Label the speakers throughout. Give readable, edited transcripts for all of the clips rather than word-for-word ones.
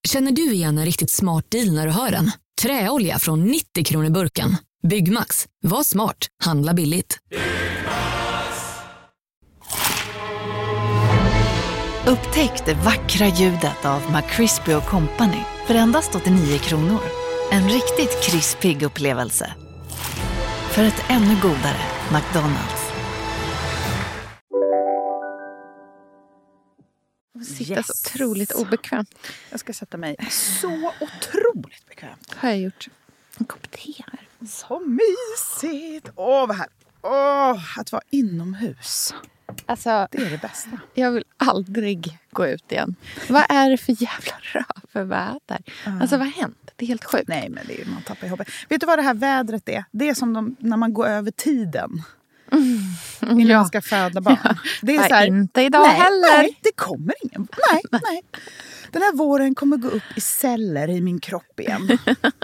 Speaker 1: Känner du igen en riktigt smart deal när du hör den? Träolja från 90 kronor burken. Byggmax. Var smart. Handla billigt.
Speaker 2: Upptäck det vackra ljudet av McCrispy & Company för endast 89 kronor. En riktigt krispig upplevelse. För ett ännu godare McDonald's.
Speaker 3: Sitta så otroligt obekvämt.
Speaker 4: Jag ska sätta mig så otroligt bekvämt.
Speaker 3: Har jag gjort en kopp te här.
Speaker 4: Så mysigt. Vad här. Att vara inomhus.
Speaker 3: Alltså,
Speaker 4: det är det bästa.
Speaker 3: Jag vill aldrig gå ut igen. Vad är det för jävla röverväder? Alltså vad har hänt? Det är helt sjukt.
Speaker 4: Nej, men det är, man tappar i hoppet. Vet du vad det här vädret är? Det är som när man går över tiden. Innan man ska föda barn.
Speaker 3: Ja.
Speaker 4: Det är så här,
Speaker 3: inte idag heller.
Speaker 4: Nej, det kommer ingen. Nej. Den här våren kommer gå upp i celler i min kropp igen.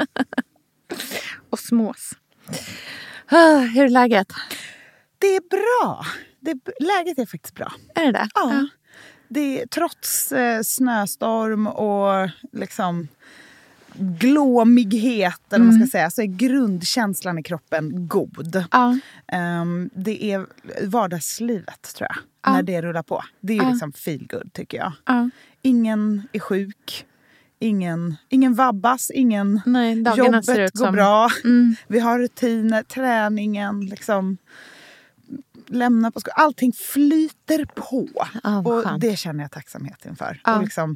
Speaker 3: Och smås. Hur är läget?
Speaker 4: Det är bra. Läget är faktiskt bra.
Speaker 3: Är det det?
Speaker 4: Ja. Det är, trots snöstorm och liksom glåmighet eller vad man ska säga, så är grundkänslan i kroppen god. Det är vardagslivet, tror jag, när det rullar på. Det är liksom feel good, tycker jag. Ingen är sjuk. Ingen vabbas, jobbet
Speaker 3: ser ut
Speaker 4: går
Speaker 3: som
Speaker 4: bra. Vi har rutiner, träningen, liksom lämna på skolan. Allting flyter på. Och
Speaker 3: skönt.
Speaker 4: det känner jag tacksamhet inför. Och liksom,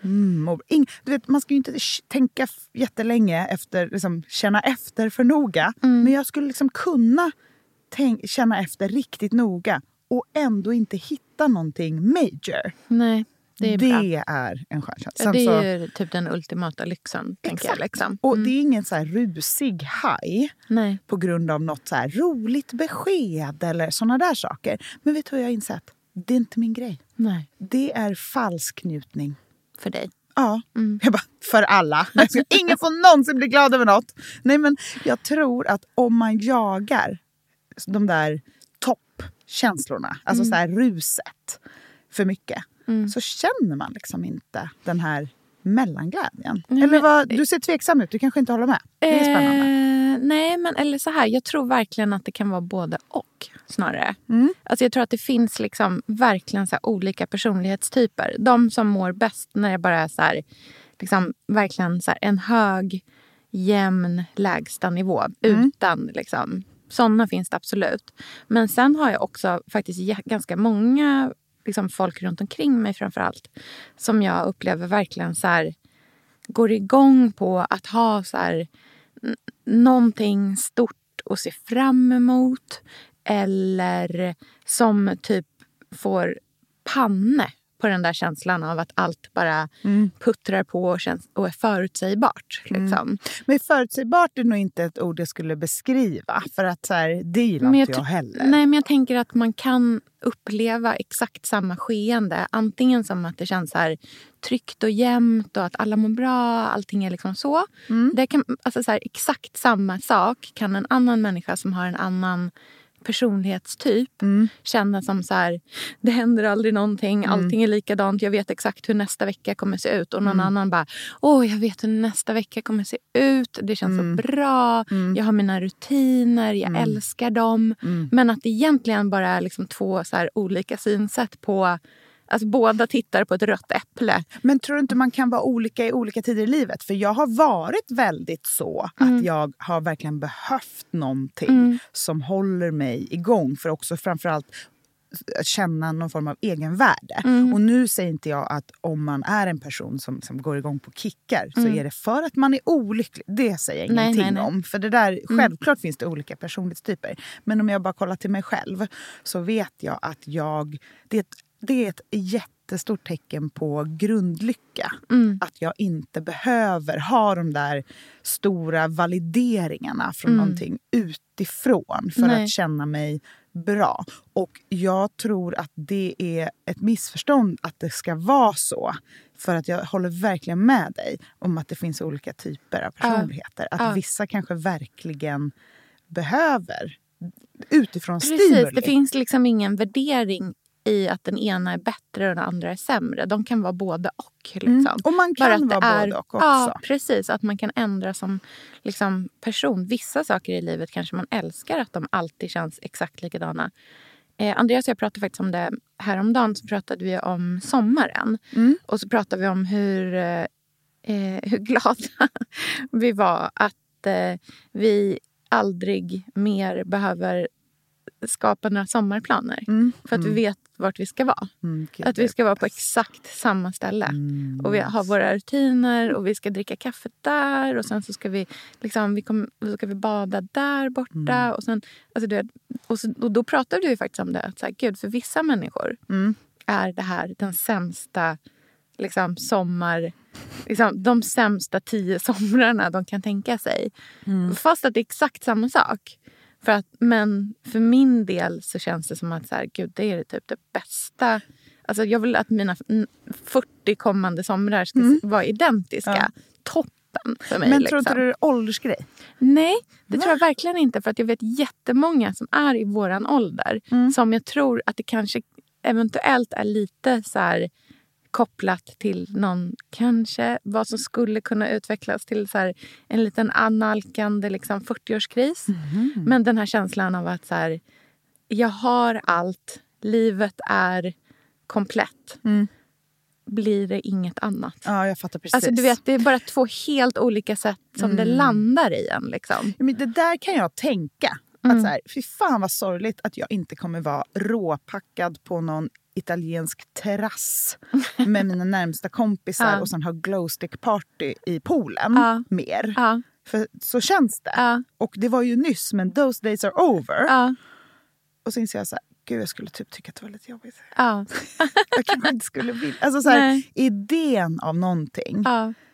Speaker 4: du vet, man ska ju inte tänka jättelänge efter, liksom, känna efter för noga. Men jag skulle liksom kunna känna efter riktigt noga och ändå inte hitta någonting major.
Speaker 3: Nej. Det
Speaker 4: är en skön känsla.
Speaker 3: Det är ju typ den ultimata lyxen, tänker jag. Liksom.
Speaker 4: Och det är ingen så här rusig high.
Speaker 3: Nej.
Speaker 4: På grund av något så här roligt besked eller såna där saker. Men vet du vad jag har insett? Det är inte min grej.
Speaker 3: Nej.
Speaker 4: Det är falsk njutning.
Speaker 3: För dig?
Speaker 4: Ja. Jag bara, för alla. Ingen får någonsin bli glad över något. Nej, men jag tror att om man jagar de där toppkänslorna, alltså så här ruset för mycket, så känner man liksom inte den här mellanglädjen. Eller vad, du ser tveksam ut, du kanske inte håller med. Det är spännande.
Speaker 3: Nej, men eller så här, jag tror verkligen att det kan vara både och, snarare. Alltså jag tror att det finns liksom verkligen så här olika personlighetstyper. De som mår bäst när det bara är så här, liksom verkligen så här en hög, jämn lägsta nivå utan liksom, sådana finns det absolut. Men sen har jag också faktiskt ganska många liksom folk runt omkring mig framförallt som jag upplever verkligen så här går igång på att ha så här någonting stort att se fram emot, eller som typ får panne på den där känslan av att allt bara puttrar på och är förutsägbart. Liksom.
Speaker 4: Men förutsägbart är nog inte ett ord jag skulle beskriva. För att så här, det gillar inte jag heller.
Speaker 3: Nej, men jag tänker att man kan uppleva exakt samma skeende. Antingen som att det känns så här tryggt och jämnt och att alla mår bra. Allting är liksom så. Det kan, alltså så här, exakt samma sak kan en annan människa som har en annan personlighetstyp känna som så här, det händer aldrig någonting, allting är likadant, jag vet exakt hur nästa vecka kommer se ut, och någon annan bara, jag vet hur nästa vecka kommer se ut, det känns så bra, jag har mina rutiner, jag älskar dem, men att det egentligen bara är liksom två så här olika synsätt på, alltså båda tittar på ett rött äpple.
Speaker 4: Men tror du inte man kan vara olika i olika tider i livet? För jag har varit väldigt så att jag har verkligen behövt någonting som håller mig igång. För också framförallt att känna någon form av egenvärde. Och nu säger inte jag att om man är en person som går igång på kickar så är det för att man är olycklig. Det säger jag ingenting om. För det där, självklart finns det olika personlighetstyper. Men om jag bara kollar till mig själv så vet jag att det är ett jättestort tecken på grundlycka. Att jag inte behöver ha de där stora valideringarna från någonting utifrån för att känna mig bra. Och jag tror att det är ett missförstånd att det ska vara så. För att jag håller verkligen med dig om att det finns olika typer av personligheter. Att vissa kanske verkligen behöver utifrån stimuli.
Speaker 3: Precis, det finns liksom ingen värdering i att den ena är bättre och den andra är sämre. De kan vara både och. Liksom.
Speaker 4: Och man kan vara både och också.
Speaker 3: Ja, precis. Att man kan ändra som liksom, person. Vissa saker i livet kanske man älskar att de alltid känns exakt likadana. Andreas och jag pratade faktiskt om det häromdagen. Så pratade vi om sommaren. Och så pratade vi om hur glada vi var att vi aldrig mer behöver skapa några sommarplaner. För att vi vet vart vi ska vara. Att vi ska vara på exakt samma ställe. Och vi har våra rutiner och vi ska dricka kaffe där. Och sen så ska vi liksom, så ska vi bada där borta. Och sen, alltså du vet, och då pratade vi faktiskt om det. Att så här, gud, för vissa människor är det här den sämsta liksom, liksom, de sämsta 10 somrarna de kan tänka sig. Fast att det är exakt samma sak. Men för min del så känns det som att så här, gud, det är typ det bästa. Alltså jag vill att mina 40 kommande somrar ska vara identiska. Toppen för mig.
Speaker 4: Men tror inte du det är åldersgrej?
Speaker 3: Nej, det tror jag verkligen inte. För att jag vet jättemånga som är i våran ålder. Som jag tror att det kanske eventuellt är lite så här kopplat till någon, kanske vad som skulle kunna utvecklas till så här, en liten analkande liksom 40-årskris. Men den här känslan av att så här, jag har allt, livet är komplett. Blir det inget annat.
Speaker 4: Ja, jag fattar precis.
Speaker 3: Alltså du vet, det är bara 2 helt olika sätt som det landar i en liksom.
Speaker 4: Men det där kan jag tänka. Att så här, fy fan vad sorgligt att jag inte kommer vara råpackad på någon italiensk terrass med mina närmsta kompisar och sen ha glowstick party i poolen mer. För så känns det. Och det var ju nyss, men those days are over. Och så inser jag så här, gud, jag skulle typ tycka att det var lite jobbigt. Jag kanske inte skulle vilja. Alltså så här, idén av någonting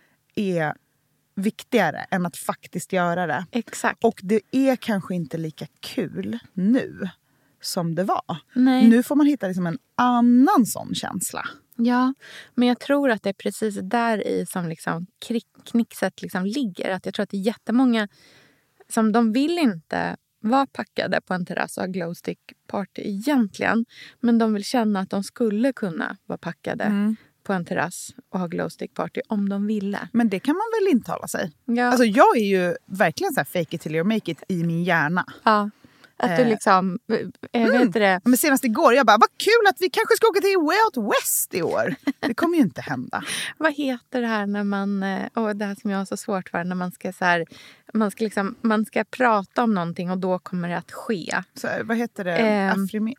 Speaker 4: är viktigare än att faktiskt göra det.
Speaker 3: Exakt.
Speaker 4: Och det är kanske inte lika kul nu som det var.
Speaker 3: Nej.
Speaker 4: Nu får man hitta liksom en annan sån känsla.
Speaker 3: Ja, men jag tror att det är precis där i som liksom knixet liksom ligger. Att jag tror att det är jättemånga som de vill inte vara packade på en terrass och ha glowstick party egentligen. Men de vill känna att de skulle kunna vara packade på en terrass och ha glowstick party om de ville.
Speaker 4: Men det kan man väl intala sig?
Speaker 3: Ja.
Speaker 4: Alltså jag är ju verkligen så här fake it till you make it i min hjärna.
Speaker 3: Ja. Att du liksom, vet det.
Speaker 4: Men senast igår, jag bara, vad kul att vi kanske ska åka till Way Out West i år. Det kommer ju inte hända.
Speaker 3: Vad heter det här när man, och det här som jag har så svårt för, när man ska så här, man ska prata om någonting och då kommer det att ske.
Speaker 4: Så, vad heter det?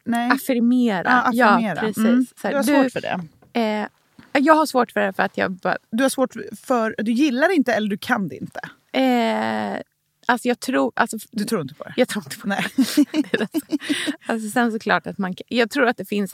Speaker 3: Affirmera. Ja, precis. Så här,
Speaker 4: du har svårt för det.
Speaker 3: Jag har svårt för det för att jag bara...
Speaker 4: Du har svårt för, du gillar det inte eller du kan det inte?
Speaker 3: Alltså jag tror...
Speaker 4: Du tror inte på det?
Speaker 3: Jag tror inte på det. Nej. Alltså sen såklart att man... Jag tror att det finns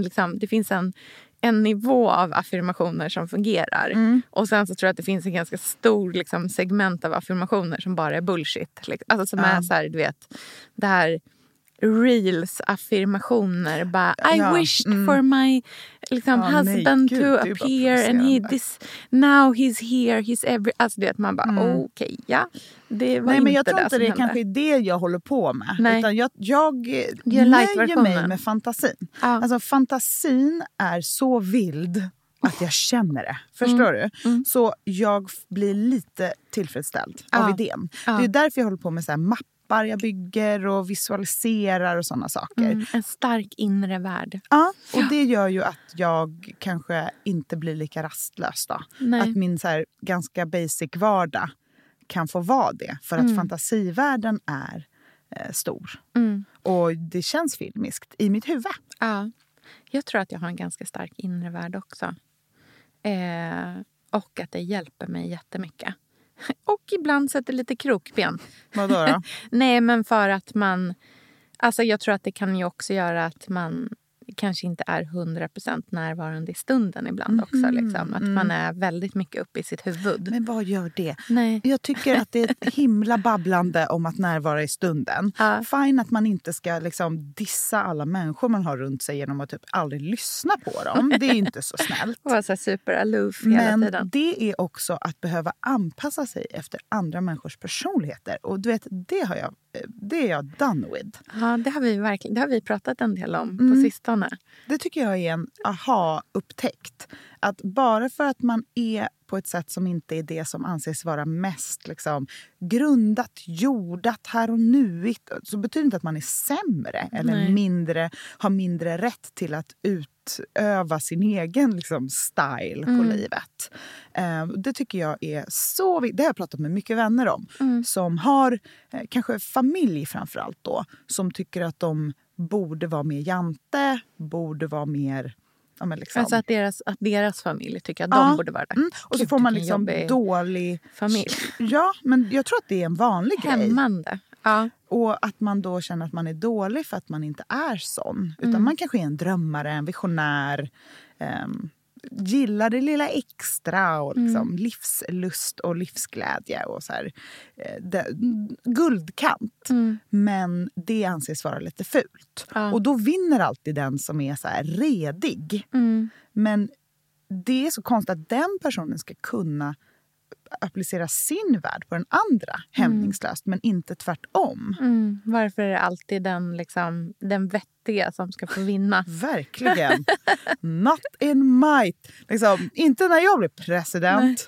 Speaker 3: en nivå av affirmationer som fungerar. Och sen så tror jag att det finns en ganska stor liksom, segment av affirmationer som bara är bullshit. Alltså som är så här, du vet, det här... Reels-affirmationer. Bara, I wished for my husband to appear and now he's here, he's every... Alltså det att man bara, okej, ja. Det var
Speaker 4: men jag
Speaker 3: inte
Speaker 4: tror
Speaker 3: det
Speaker 4: inte det är kanske är det jag håller på med.
Speaker 3: Nej.
Speaker 4: Utan jag nöjer mig med fantasin. Alltså fantasin är så vild att jag känner det. Förstår du? Så jag blir lite tillfredsställd av idén. Det är därför jag håller på med så här mappar jag bygger och visualiserar och sådana saker.
Speaker 3: En stark inre värld.
Speaker 4: Ja, och det gör ju att jag kanske inte blir lika rastlös då.
Speaker 3: Nej.
Speaker 4: Att min så här ganska basic vardag kan få vara det. För att fantasivärlden är stor. Och det känns filmiskt i mitt huvud.
Speaker 3: Ja, jag tror att jag har en ganska stark inre värld också. Och att det hjälper mig jättemycket. Och ibland sätter lite krokben.
Speaker 4: Vadå då?
Speaker 3: Nej, men för att man... Alltså jag tror att det kan ju också göra att man kanske inte är 100% närvarande i stunden ibland också. Liksom. Att man är väldigt mycket uppe i sitt huvud.
Speaker 4: Men vad gör det?
Speaker 3: Nej.
Speaker 4: Jag tycker att det är ett himla babblande om att närvara i stunden. Fine att man inte ska liksom dissa alla människor man har runt sig genom att typ aldrig lyssna på dem. Det är inte så snällt.
Speaker 3: Vara så super aloof hela tiden.
Speaker 4: Men det är också att behöva anpassa sig efter andra människors personligheter. Och du vet, det har jag det är jag done with.
Speaker 3: Ja, det har vi pratat en del om på sistone.
Speaker 4: Det tycker jag är en aha-upptäckt. Att bara för att man är på ett sätt som inte är det som anses vara mest liksom, grundat, jordat, här och nuigt, så betyder inte att man är sämre eller har mindre rätt till att utöva sin egen liksom, style på livet. Det tycker jag är så viktigt. Det har jag pratat med mycket vänner om. Som har, kanske familj framförallt då, som tycker att de borde vara mer jante, borde vara mer... Ja, men liksom.
Speaker 3: Alltså att deras familj tycker att de borde vara där.
Speaker 4: Och så får man liksom dålig...
Speaker 3: familj.
Speaker 4: Ja, men jag tror att det är en vanlig
Speaker 3: Hämmande. Ja.
Speaker 4: Och att man då känner att man är dålig för att man inte är sån. Utan man kanske är en drömmare, en visionär. Gillar det lilla extra och liksom livslust och livsglädje. Och så här, guldkant. Men det anses vara lite fult. Och då vinner alltid den som är så här redig. Men det är så konstigt att den personen ska kunna applicera sin värld på den andra hämningslöst, men inte tvärtom.
Speaker 3: Varför är det alltid den vettiga som ska få vinna?
Speaker 4: Verkligen. Not in might. Liksom, inte när jag blir president.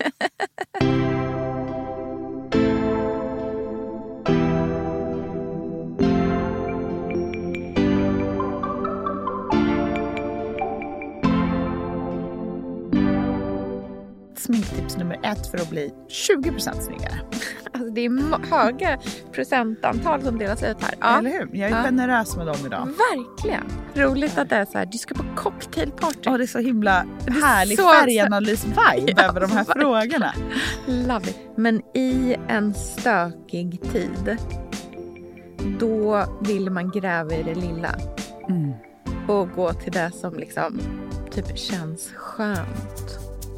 Speaker 4: Sminktips nummer 1 för att bli 20% snyggare.
Speaker 3: Alltså det är höga procentantal som delas ut här. Ja.
Speaker 4: Eller hur? Jag är generös med dem idag.
Speaker 3: Verkligen. Roligt att det är så här, du ska på cocktailparty.
Speaker 4: Ja, det är så himla härlig färganalys-vibe över de här frågorna.
Speaker 3: Love it. Men i en stökig tid, då vill man gräva i det lilla. Och gå till det som liksom typ känns skönt.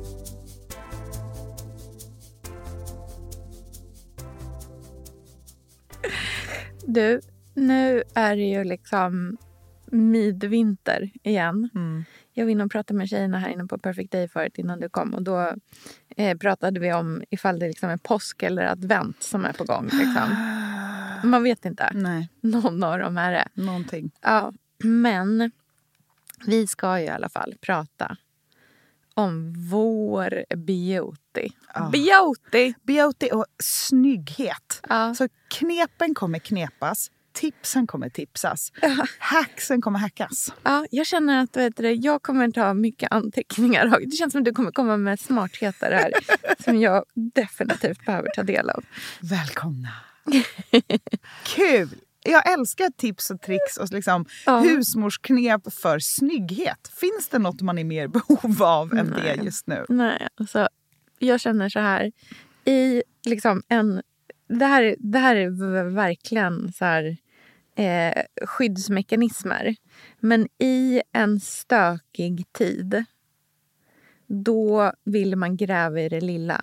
Speaker 3: Du, nu är det ju liksom midvinter igen. Jag var inne och pratade med tjejerna här inne på Perfect Day förut innan du kom. Och då pratade vi om ifall det liksom är påsk eller advent som är på gång. Liksom. Man vet inte. Nej. Någon av dem är det.
Speaker 4: Någonting.
Speaker 3: Ja, men vi ska ju i alla fall prata om vår beauty.
Speaker 4: Beauty och snygghet. Så knepen kommer knepas. Tipsen kommer tipsas. Hacksen kommer hackas.
Speaker 3: Ja, jag känner att jag kommer ta mycket anteckningar. Det känns som att du kommer komma med smartheter här. som jag definitivt behöver ta del av.
Speaker 4: Välkomna. Kul. Jag älskar tips och tricks och liksom husmorsknep för snygghet. Finns det något man är mer behov av än det just nu?
Speaker 3: Nej, alltså jag känner så här. I liksom det här är verkligen så här, skyddsmekanismer. Men i en stökig tid, då vill man gräva i det lilla.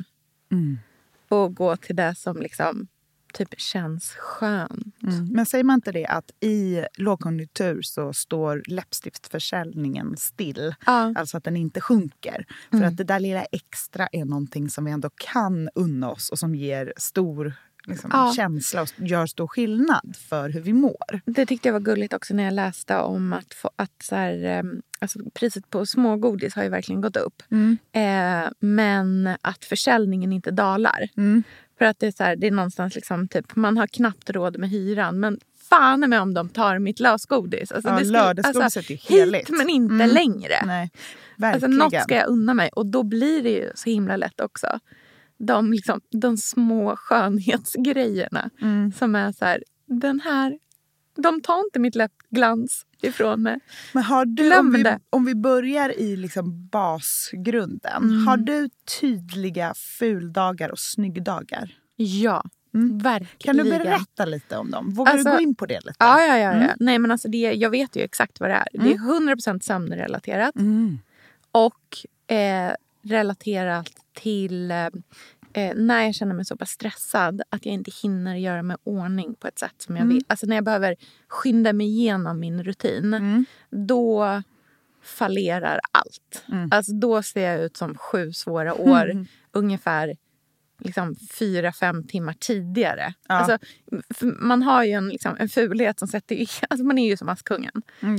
Speaker 3: Och gå till det som liksom typ känns skönt.
Speaker 4: Men säger man inte det att i lågkonjunktur så står läppstiftförsäljningen still? Alltså att den inte sjunker. För att det där lilla extra är någonting som vi ändå kan unna oss och som ger stor känsla och gör stor skillnad för hur vi mår.
Speaker 3: Det tyckte jag var gulligt också när jag läste om att så här, alltså priset på smågodis har ju verkligen gått upp. Men att försäljningen inte dalar. För att det är så här, det är någonstans liksom typ, man har knappt råd med hyran, men fan med om de tar mitt lösgodis. Alltså, det
Speaker 4: lördagsgodiset är ju heligt.
Speaker 3: Hit men inte längre.
Speaker 4: Nej, verkligen.
Speaker 3: Alltså, något ska jag unna mig. Och då blir det ju så himla lätt också. De små skönhetsgrejerna som är så här, den här, de tar inte mitt läppglans ifrån mig.
Speaker 4: Men har du, om vi börjar i liksom basgrunden, har du tydliga fuldagar och snyggdagar?
Speaker 3: Ja, verkligen.
Speaker 4: Kan du berätta lite om dem? Vågar du gå in på det lite?
Speaker 3: Ja. Nej, men alltså jag vet ju exakt vad det är. Det är 100% sömnrelaterat. Och relaterat till när jag känner mig så pass stressad att jag inte hinner göra mig ordning på ett sätt som jag vill. Alltså när jag behöver skynda mig igenom min rutin, då fallerar allt. Alltså då ser jag ut som 7 svåra år ungefär liksom 4-5 timmar tidigare.
Speaker 4: Ja.
Speaker 3: Alltså, man har ju en fulhet som sätter... Alltså man är ju som Askungen.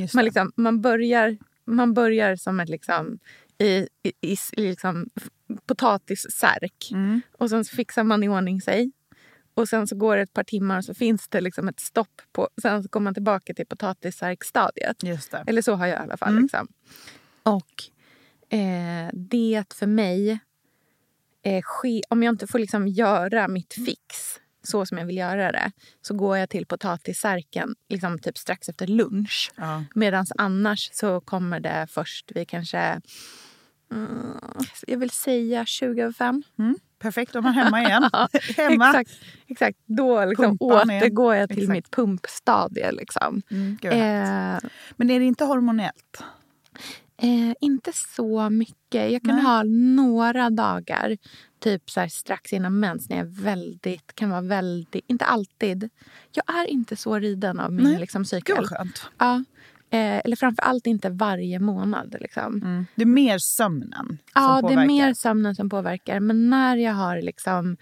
Speaker 3: Man börjar som ett liksom... I liksom potatissärk. Och sen så fixar man i ordning sig. Och sen så går det ett par timmar och så finns det liksom ett stopp på. Sen så kommer man tillbaka till potatissärkstadiet.
Speaker 4: Just det.
Speaker 3: Eller så har jag i alla fall. Liksom. Och det för mig om jag inte får liksom göra mitt fix så som jag vill göra det, så går jag till potatissärken liksom typ strax efter lunch.
Speaker 4: Ja.
Speaker 3: Medan annars så kommer det först vid kanske jag vill säga 20:05.
Speaker 4: Perfekt, om man hemma igen. Hemma.
Speaker 3: Exakt. Då liksom återgår jag till mitt pumpstadie. Liksom.
Speaker 4: Men är det inte hormonellt?
Speaker 3: Inte så mycket. Jag kan ha några dagar typ så här strax innan mens när jag kan vara väldigt, inte alltid. Jag är inte så riden av min liksom, cykel.
Speaker 4: Gud, skönt.
Speaker 3: Ja. Eller framförallt inte varje månad. Liksom.
Speaker 4: Det är mer sömnen som påverkar.
Speaker 3: Ja, det är mer sömnen som påverkar. Men när jag har liksom...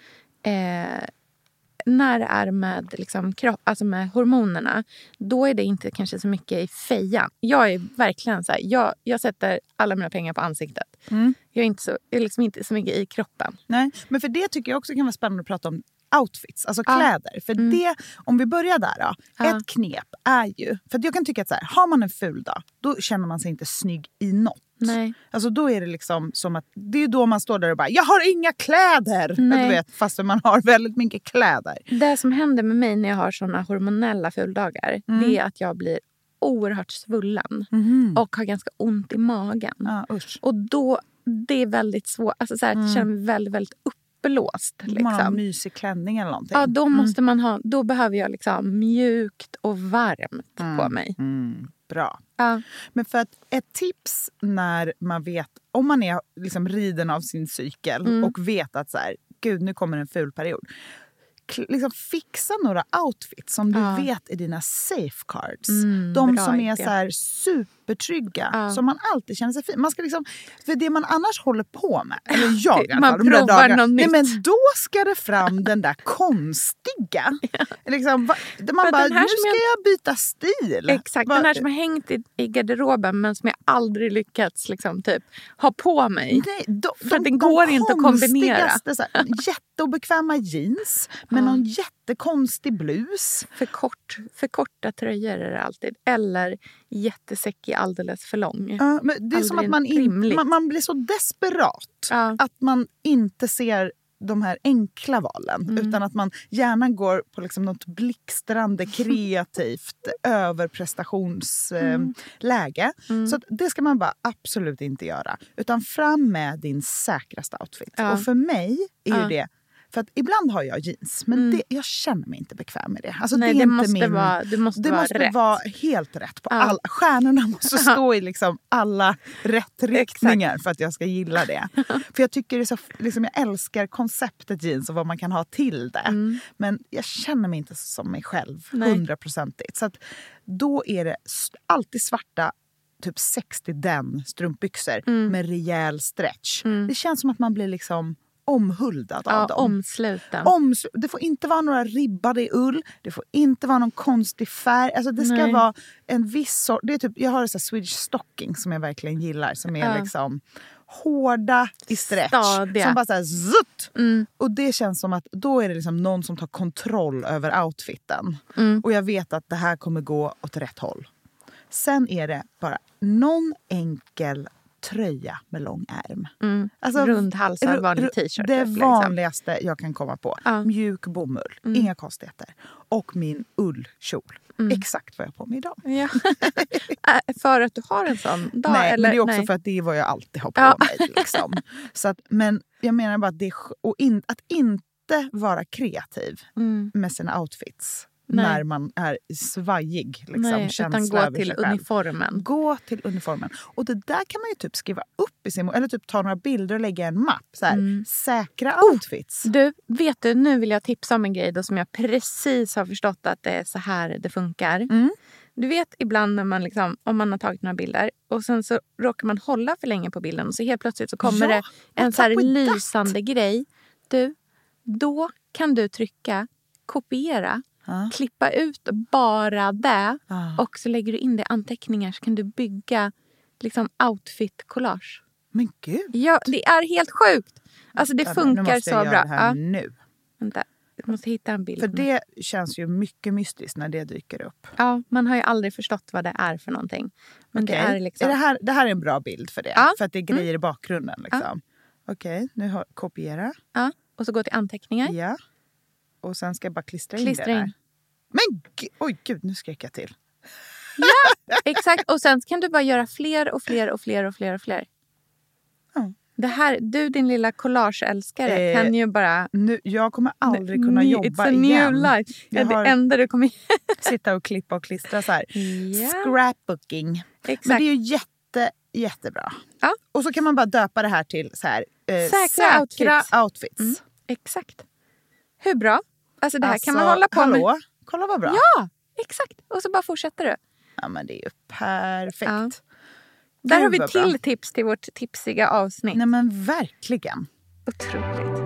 Speaker 3: när det är med, liksom, alltså med hormonerna, då är det inte kanske så mycket i fejan. Jag är verkligen så här, jag sätter alla mina pengar på ansiktet. Jag är liksom inte så mycket i kroppen.
Speaker 4: Nej, men för det tycker jag också kan vara spännande att prata om outfits, alltså kläder. För det, om vi börjar där då, ett knep är ju, för jag kan tycka att så här, har man en ful dag, då känner man sig inte snygg i något.
Speaker 3: Nej.
Speaker 4: Alltså då är det liksom som att det är då man står där och bara, jag har inga kläder! Du vet, fast man har väldigt mycket kläder. Det
Speaker 3: som händer med mig när jag har såna hormonella fuldagar, det är att jag blir oerhört svullen och har ganska ont i magen. Och då, det är väldigt svårt, alltså så här, jag känner mig väldigt, väldigt uppblåst. Liksom.
Speaker 4: Man har en mysig klänning eller någonting.
Speaker 3: Ja, då måste man ha, då behöver jag liksom mjukt och varmt på mig.
Speaker 4: Bra.
Speaker 3: Ja.
Speaker 4: Men för att ett tips när man vet, om man är liksom riden av sin cykel och vet att så här, gud nu kommer en ful period. Liksom fixa några outfits som du vet är dina safeguards. De som är så här supertrygga. Som man alltid känner sig fin. Man ska liksom, för det man annars håller på med, eller jag i alla fall,
Speaker 3: man provar något nytt.
Speaker 4: Nej, men då ska det fram den där konstiga. Liksom, där man bara, nu ska jag byta stil.
Speaker 3: Exakt, den här som har hängt i garderoben men som jag aldrig lyckats liksom, typ, ha på mig. Nej, för att den går inte att kombinera.
Speaker 4: Så här, jätteobekväma jeans med någon jättekonstig blus.
Speaker 3: För korta tröjor är det alltid. Eller jättesäckig alldeles för lång.
Speaker 4: Ja, men det är som att man blir så desperat att man inte ser de här enkla valen. Utan att man gärna går på liksom något blixtrande, kreativt överprestationsläge. Så att det ska man bara absolut inte göra. Utan fram med din säkraste outfit. Och för mig är ju det, för att ibland har jag jeans, men jag känner mig inte bekväm med det. Alltså,
Speaker 3: nej,
Speaker 4: det
Speaker 3: måste
Speaker 4: vara helt rätt på alla. Stjärnorna måste stå i liksom alla rätt riktningar för att jag ska gilla det. För jag tycker det är så, liksom, jag älskar konceptet jeans och vad man kan ha till det. Men jag känner mig inte som mig själv 100%. Så att då är det alltid svarta, typ 60 den strumpbyxor med rejäl stretch. Det känns som att man blir liksom omhuldad av dem.
Speaker 3: Omsluten.
Speaker 4: Det får inte vara några ribbade i ull. Det får inte vara någon konstig färg. Alltså det ska vara en viss sort. Det är typ, jag har en sån här Swedish stocking som jag verkligen gillar. Som är liksom hårda i stretch.
Speaker 3: Stadiga.
Speaker 4: Som bara så här zutt. Och det känns som att då är det liksom någon som tar kontroll över outfiten. Och jag vet att det här kommer gå åt rätt håll. Sen är det bara någon enkel tröja med lång ärm.
Speaker 3: Alltså, rundhalsad vanlig t-shirt.
Speaker 4: Det vanligaste jag kan komma på. Mjuk bomull. Inga konstigheter. Och min ullkjol. Exakt vad jag har på mig idag. Ja.
Speaker 3: För att du har en sån dag?
Speaker 4: Nej,
Speaker 3: eller?
Speaker 4: Men det är också för att det är vad jag alltid har på mig. Liksom. Så att, men jag menar bara att att inte vara kreativ med sina outfits. Nej. När man är svajig. Liksom,
Speaker 3: nej, utan gå till uniformen.
Speaker 4: Gå till uniformen. Och det där kan man ju typ skriva upp i sin... Eller typ ta några bilder och lägga i en mapp. Så här, säkra outfits.
Speaker 3: Du, vet du, nu vill jag tipsa om en grej då som jag precis har förstått att det är så här det funkar. Du vet ibland när man liksom, om man har tagit några bilder och sen så råkar man hålla för länge på bilden och så helt plötsligt så kommer det en så här lysande grej. Du, Då kan du trycka kopiera, klippa ut bara det och så lägger du in det i anteckningar så kan du bygga liksom outfit-collage.
Speaker 4: Men gud.
Speaker 3: Ja, det är helt sjukt. Alltså det funkar så bra.
Speaker 4: Nu måste jag göra det här nu.
Speaker 3: Vänta, jag måste hitta en bild.
Speaker 4: För det känns ju mycket mystiskt när det dyker upp.
Speaker 3: Ja, man har ju aldrig förstått vad det är för någonting. Men det är liksom...
Speaker 4: det här är en bra bild för det. Ja. För att det är grejer i bakgrunden. Liksom. Ja. Okej, nu kopiera.
Speaker 3: Ja, och så gå till anteckningar.
Speaker 4: Ja. Och sen ska jag bara klistra in det där. Men oj gud, nu skrek jag till.
Speaker 3: Ja, exakt. Och sen kan du bara göra fler.
Speaker 4: Ja.
Speaker 3: Det här, du din lilla collageälskare kan ju bara...
Speaker 4: jag kommer aldrig kunna jobba igen.
Speaker 3: New life. Det enda du kommer...
Speaker 4: sitta och klippa och klistra så här.
Speaker 3: Yeah.
Speaker 4: Scrapbooking.
Speaker 3: Exakt.
Speaker 4: Men det är ju jättebra.
Speaker 3: Ja.
Speaker 4: Och så kan man bara döpa det här till så här,
Speaker 3: säkra
Speaker 4: outfits.
Speaker 3: Exakt. Hur bra? Alltså det här kan man hålla på med.
Speaker 4: Kolla vad bra.
Speaker 3: Ja, exakt. Och så bara fortsätter du.
Speaker 4: Ja, men det är ju perfekt. Ja.
Speaker 3: Där har vi till tips till vårt tipsiga avsnitt.
Speaker 4: Nej men verkligen.
Speaker 3: Otroligt.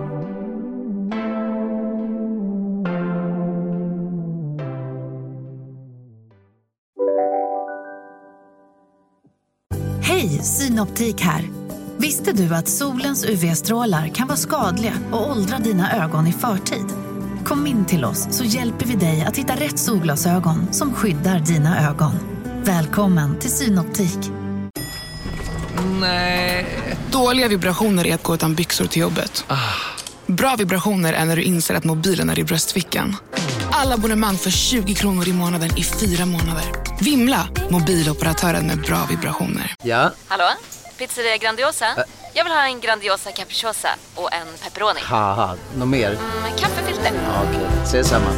Speaker 2: Hej, Synoptik här. Visste du att solens UV-strålar kan vara skadliga och åldra dina ögon i förtid? Kom in till oss så hjälper vi dig att hitta rätt solglasögon som skyddar dina ögon. Välkommen till Synoptik.
Speaker 5: Nej. Dåliga vibrationer är att gå utan byxor till jobbet. Bra vibrationer är när du inser att mobilen är i bröstfickan. Alla abonnemang för 20 kronor i månaden i 4 månader. Vimla, mobiloperatören med bra vibrationer.
Speaker 6: Ja?
Speaker 7: Hallå? Pizzeria Grandiosa? Jag vill ha en Grandiosa capriciosa och en pepperoni.
Speaker 6: Haha, något mer?
Speaker 7: Kaffefilter.
Speaker 6: Ja, okej, ses samma.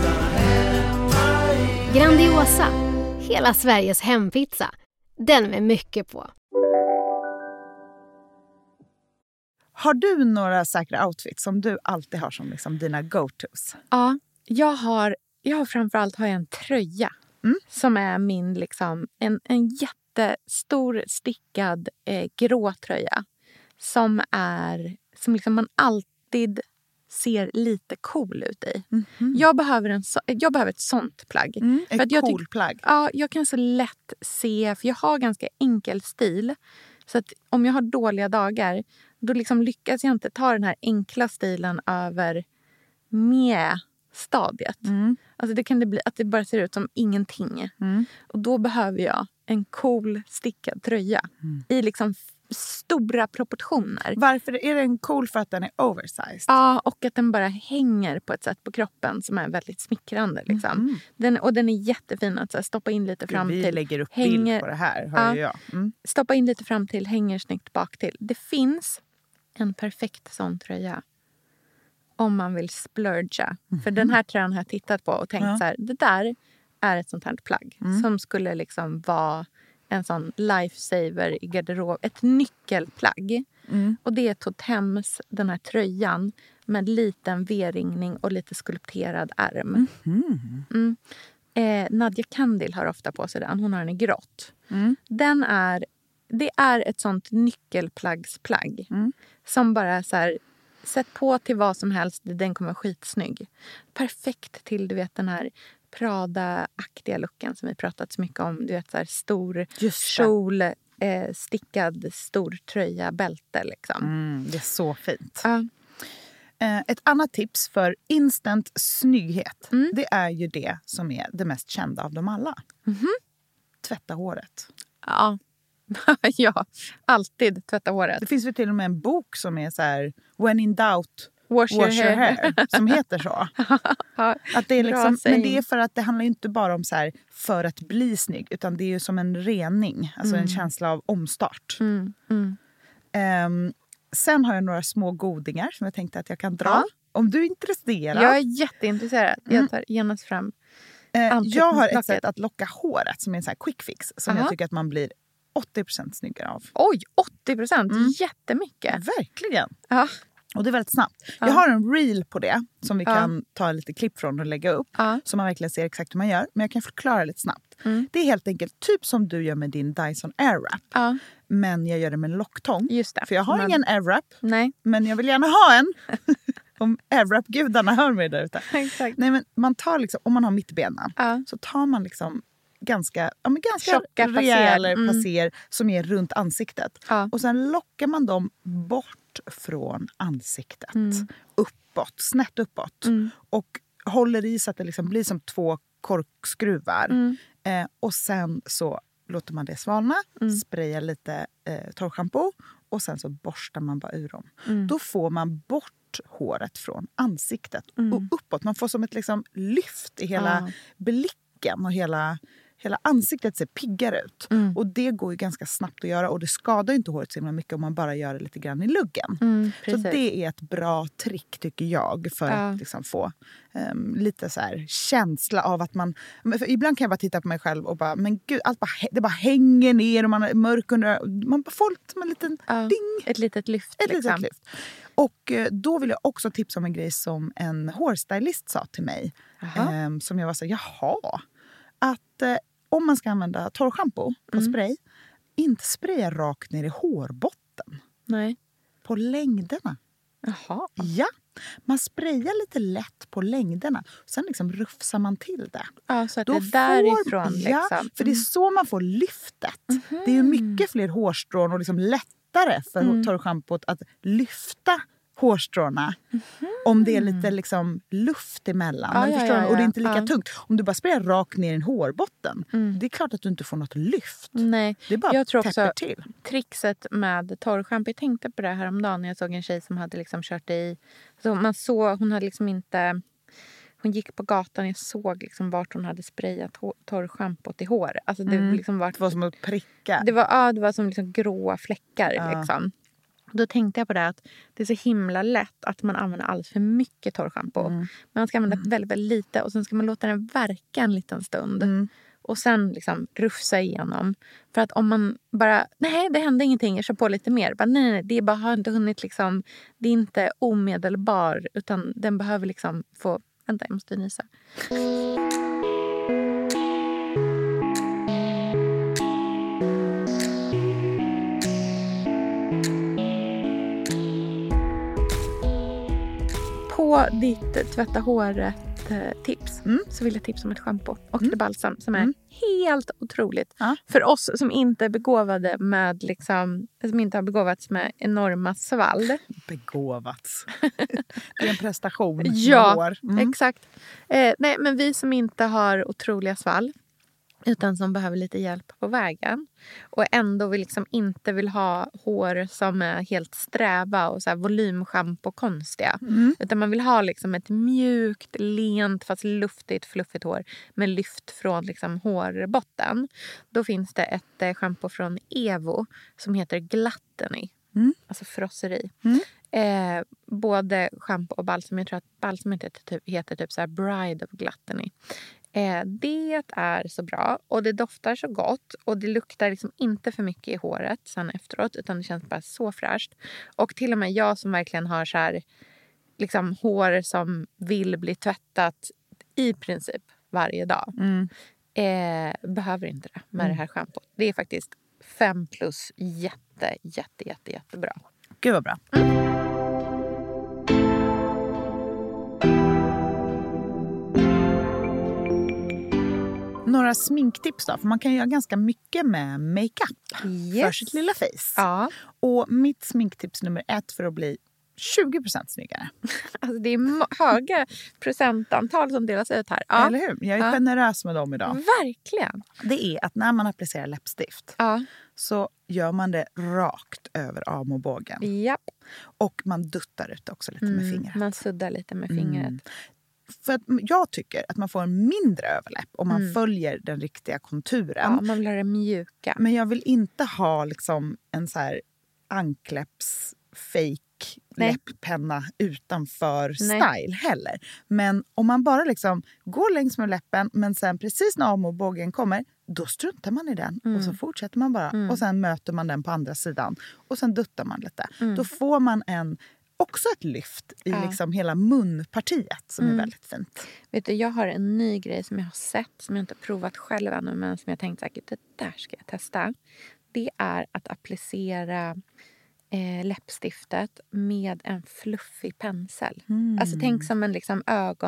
Speaker 8: Grandiosa, hela Sveriges hempizza. Den med mycket på.
Speaker 4: Har du några säkra outfits som du alltid har som liksom dina go-tos?
Speaker 3: Ja, jag har framförallt en tröja som är min liksom en jättestor stickad grå tröja som liksom man alltid ser lite cool ut i. Jag behöver ett sånt plagg.
Speaker 4: För att cool plagg.
Speaker 3: Ja, jag kan så lätt se, för jag har ganska enkel stil. Så att om jag har dåliga dagar, då liksom lyckas jag inte ta den här enkla stilen över med stadiet. Alltså det kan det bli att det bara ser ut som ingenting. Och då behöver jag en cool stickad tröja i liksom stora proportioner.
Speaker 4: Varför är den cool? För att den är oversized?
Speaker 3: Ja, och att den bara hänger på ett sätt på kroppen som är väldigt smickrande. Liksom. Den är jättefin att så här, stoppa in lite fram till.
Speaker 4: Vi lägger upp bild på det här, hör jag.
Speaker 3: Stoppa in lite fram till, hänger snyggt bak till. Det finns en perfekt sån tröja om man vill splurga. För den här tröjan har jag tittat på och tänkt så här, det där är ett sånt här plagg som skulle liksom vara en sån lifesaver i garderob. Ett nyckelplagg. Och det är Totems, den här tröjan med liten V-ringning och lite skulpterad ärm. Nadja Kandil har ofta på sig den. Hon har den i grått. Det är ett sånt nyckelplaggsplagg som bara så här, sätt på till vad som helst, den kommer vara skitsnygg. Perfekt till, du vet, den här Prada-aktiga looken som vi pratat så mycket om. Du vet, så här stor kjol, stickad stor tröja, bälte liksom.
Speaker 4: Det är så fint. Ett annat tips för instant snygghet, det är ju det som är det mest kända av dem alla. Tvätta håret.
Speaker 3: Ja. Ja, alltid tvätta håret.
Speaker 4: Det finns ju till och med en bok som är så här, When in doubt, wash your hair. Som heter så. Att det är liksom, men det är för att det handlar ju inte bara om så här, för att bli snygg, utan det är ju som en rening. Alltså en känsla av omstart. Sen har jag några små godingar som jag tänkte att jag kan dra. Om du är intresserad.
Speaker 3: Jag är jätteintresserad. Jag tar genast fram.
Speaker 4: Jag har ett sätt att locka håret som är en sån här quick fix. Som jag tycker att man blir 80% snyggare av.
Speaker 3: Oj, 80%? Jättemycket.
Speaker 4: Verkligen.
Speaker 3: Ja.
Speaker 4: Och det är väldigt snabbt. Jag har en reel på det som vi kan ta lite klipp från och lägga upp. Så man verkligen ser exakt hur man gör. Men jag kan förklara lite snabbt. Det är helt enkelt typ som du gör med din Dyson Airwrap. Men jag gör det med en locktång.
Speaker 3: Just det.
Speaker 4: För jag har ingen Airwrap.
Speaker 3: Nej.
Speaker 4: Men jag vill gärna ha en. Om AirWrap-gudarna hör mig där ute.
Speaker 3: Exakt.
Speaker 4: Nej, men man tar liksom, om man har mittbena så tar man liksom ganska
Speaker 3: tjocka
Speaker 4: rejäla passer som är runt ansiktet.
Speaker 3: Ja.
Speaker 4: Och sen lockar man dem bort från ansiktet. Uppåt, snett uppåt. Och håller i så att det liksom blir som 2 korkskruvar. Och sen så låter man det svalna, sprayar lite torrschampo och sen så borstar man bara ur dem. Då får man bort håret från ansiktet och uppåt. Man får som ett liksom lyft i hela blicken och hela ansiktet ser piggare ut. Och det går ju ganska snabbt att göra och det skadar ju inte håret så himla mycket om man bara gör det lite grann i luggen. Så det är ett bra trick tycker jag för att liksom få lite så här känsla av att man... För ibland kan jag bara titta på mig själv och bara, men gud, det bara hänger ner och man är mörk under... Man bara får som en liten ding.
Speaker 3: Ett litet lyft.
Speaker 4: Litet lyft. Och då vill jag också tipsa om en grej som en hårstylist sa till mig. Som jag var så här, jaha. Att om man ska använda torrschampo på spray, inte spraya rakt ner i hårbotten.
Speaker 3: Nej.
Speaker 4: På längderna.
Speaker 3: Jaha.
Speaker 4: Ja, man sprayar lite lätt på längderna. Sen liksom rufsar man till det.
Speaker 3: Ja, så att det är därifrån liksom.
Speaker 4: Ja, för det är så man får lyftet. Det är ju mycket fler hårstrån och liksom lättare för torrschampot att lyfta hårstråna om det är lite liksom luft emellan. Och det är inte lika tungt. Om du bara sprayar rakt ner i en hårbotten, det är klart att du inte får något lyft.
Speaker 3: Nej.
Speaker 4: Det är bara
Speaker 3: jag tror också
Speaker 4: till.
Speaker 3: Trixet med torrschampo, jag tänkte på det här om dagen när jag såg en tjej som hade liksom kört i, så man såg, hon hade liksom inte, hon gick på gatan, jag såg liksom vart hon hade sprayat torrschampot i hår. Alltså det liksom
Speaker 4: det var som att pricka.
Speaker 3: Det var som liksom gråa fläckar liksom. Då tänkte jag på det att det är så himla lätt att man använder alldeles för mycket torrschampo. Man ska använda väldigt, väldigt lite och sen ska man låta den verka en liten stund. Och sen liksom rufsa igenom. För att om man bara, nej det hände ingenting, jag kör på lite mer. Bara, nej, det är bara, har inte hunnit liksom, det är inte omedelbar utan den behöver liksom få, vänta jag måste nysa. På ditt tvätta håret-tips så vill jag tipsa om ett shampoo och ett balsam som är helt otroligt. För oss som inte är begåvade med liksom, som inte har begåvats med enorma svall.
Speaker 4: Begåvats. Det är en prestation.
Speaker 3: Ja, exakt. Nej, men vi som inte har otroliga svall utan som behöver lite hjälp på vägen och ändå liksom inte vill ha hår som är helt sträva och så här volymschampo konstiga. Utan man vill ha liksom ett mjukt, lent fast luftigt, fluffigt hår med lyft från liksom hårbotten. Då finns det ett shampoo från Evo som heter Gluttony. Alltså frosseri. Både shampoo och balsam. Jag tror att balsam heter typ så här Bride of Gluttony. Det är så bra och det doftar så gott och det luktar liksom inte för mycket i håret sen efteråt utan det känns bara så fräscht. Och till och med jag som verkligen har så här liksom hår som vill bli tvättat i princip varje dag behöver inte det med det här schampot. Det är faktiskt 5+, jättebra.
Speaker 4: Gud vad bra. Några sminktips då? För man kan göra ganska mycket med makeup för sitt lilla face.
Speaker 3: Ja.
Speaker 4: Och mitt sminktips nummer 1 för att bli 20% snyggare.
Speaker 3: Alltså det är höga procentantal som delas ut här. Ja.
Speaker 4: Eller hur? Jag är generös med dem idag.
Speaker 3: Verkligen.
Speaker 4: Det är att när man applicerar läppstift så gör man det rakt över armbågen.
Speaker 3: Japp.
Speaker 4: Och man duttar ut också lite med fingret.
Speaker 3: Man suddar lite med fingret.
Speaker 4: För att jag tycker att man får en mindre överläpp om man följer den riktiga konturen.
Speaker 3: Ja, man vill ha det mjuka.
Speaker 4: Men jag vill inte ha liksom en så här ankläpps fake läpppenna utanför style heller. Men om man bara liksom går längs med läppen men sen precis när armbågen kommer då struntar man i den och så fortsätter man bara. Och sen möter man den på andra sidan och sen duttar man lite. Då får man också ett lyft i liksom hela munpartiet som är väldigt fint.
Speaker 3: Vet du, jag har en ny grej som jag har sett som jag inte har provat själv ännu men som jag tänkt säkert det där ska jag testa. Det är att applicera läppstiftet med en fluffig pensel. Alltså tänk som en liksom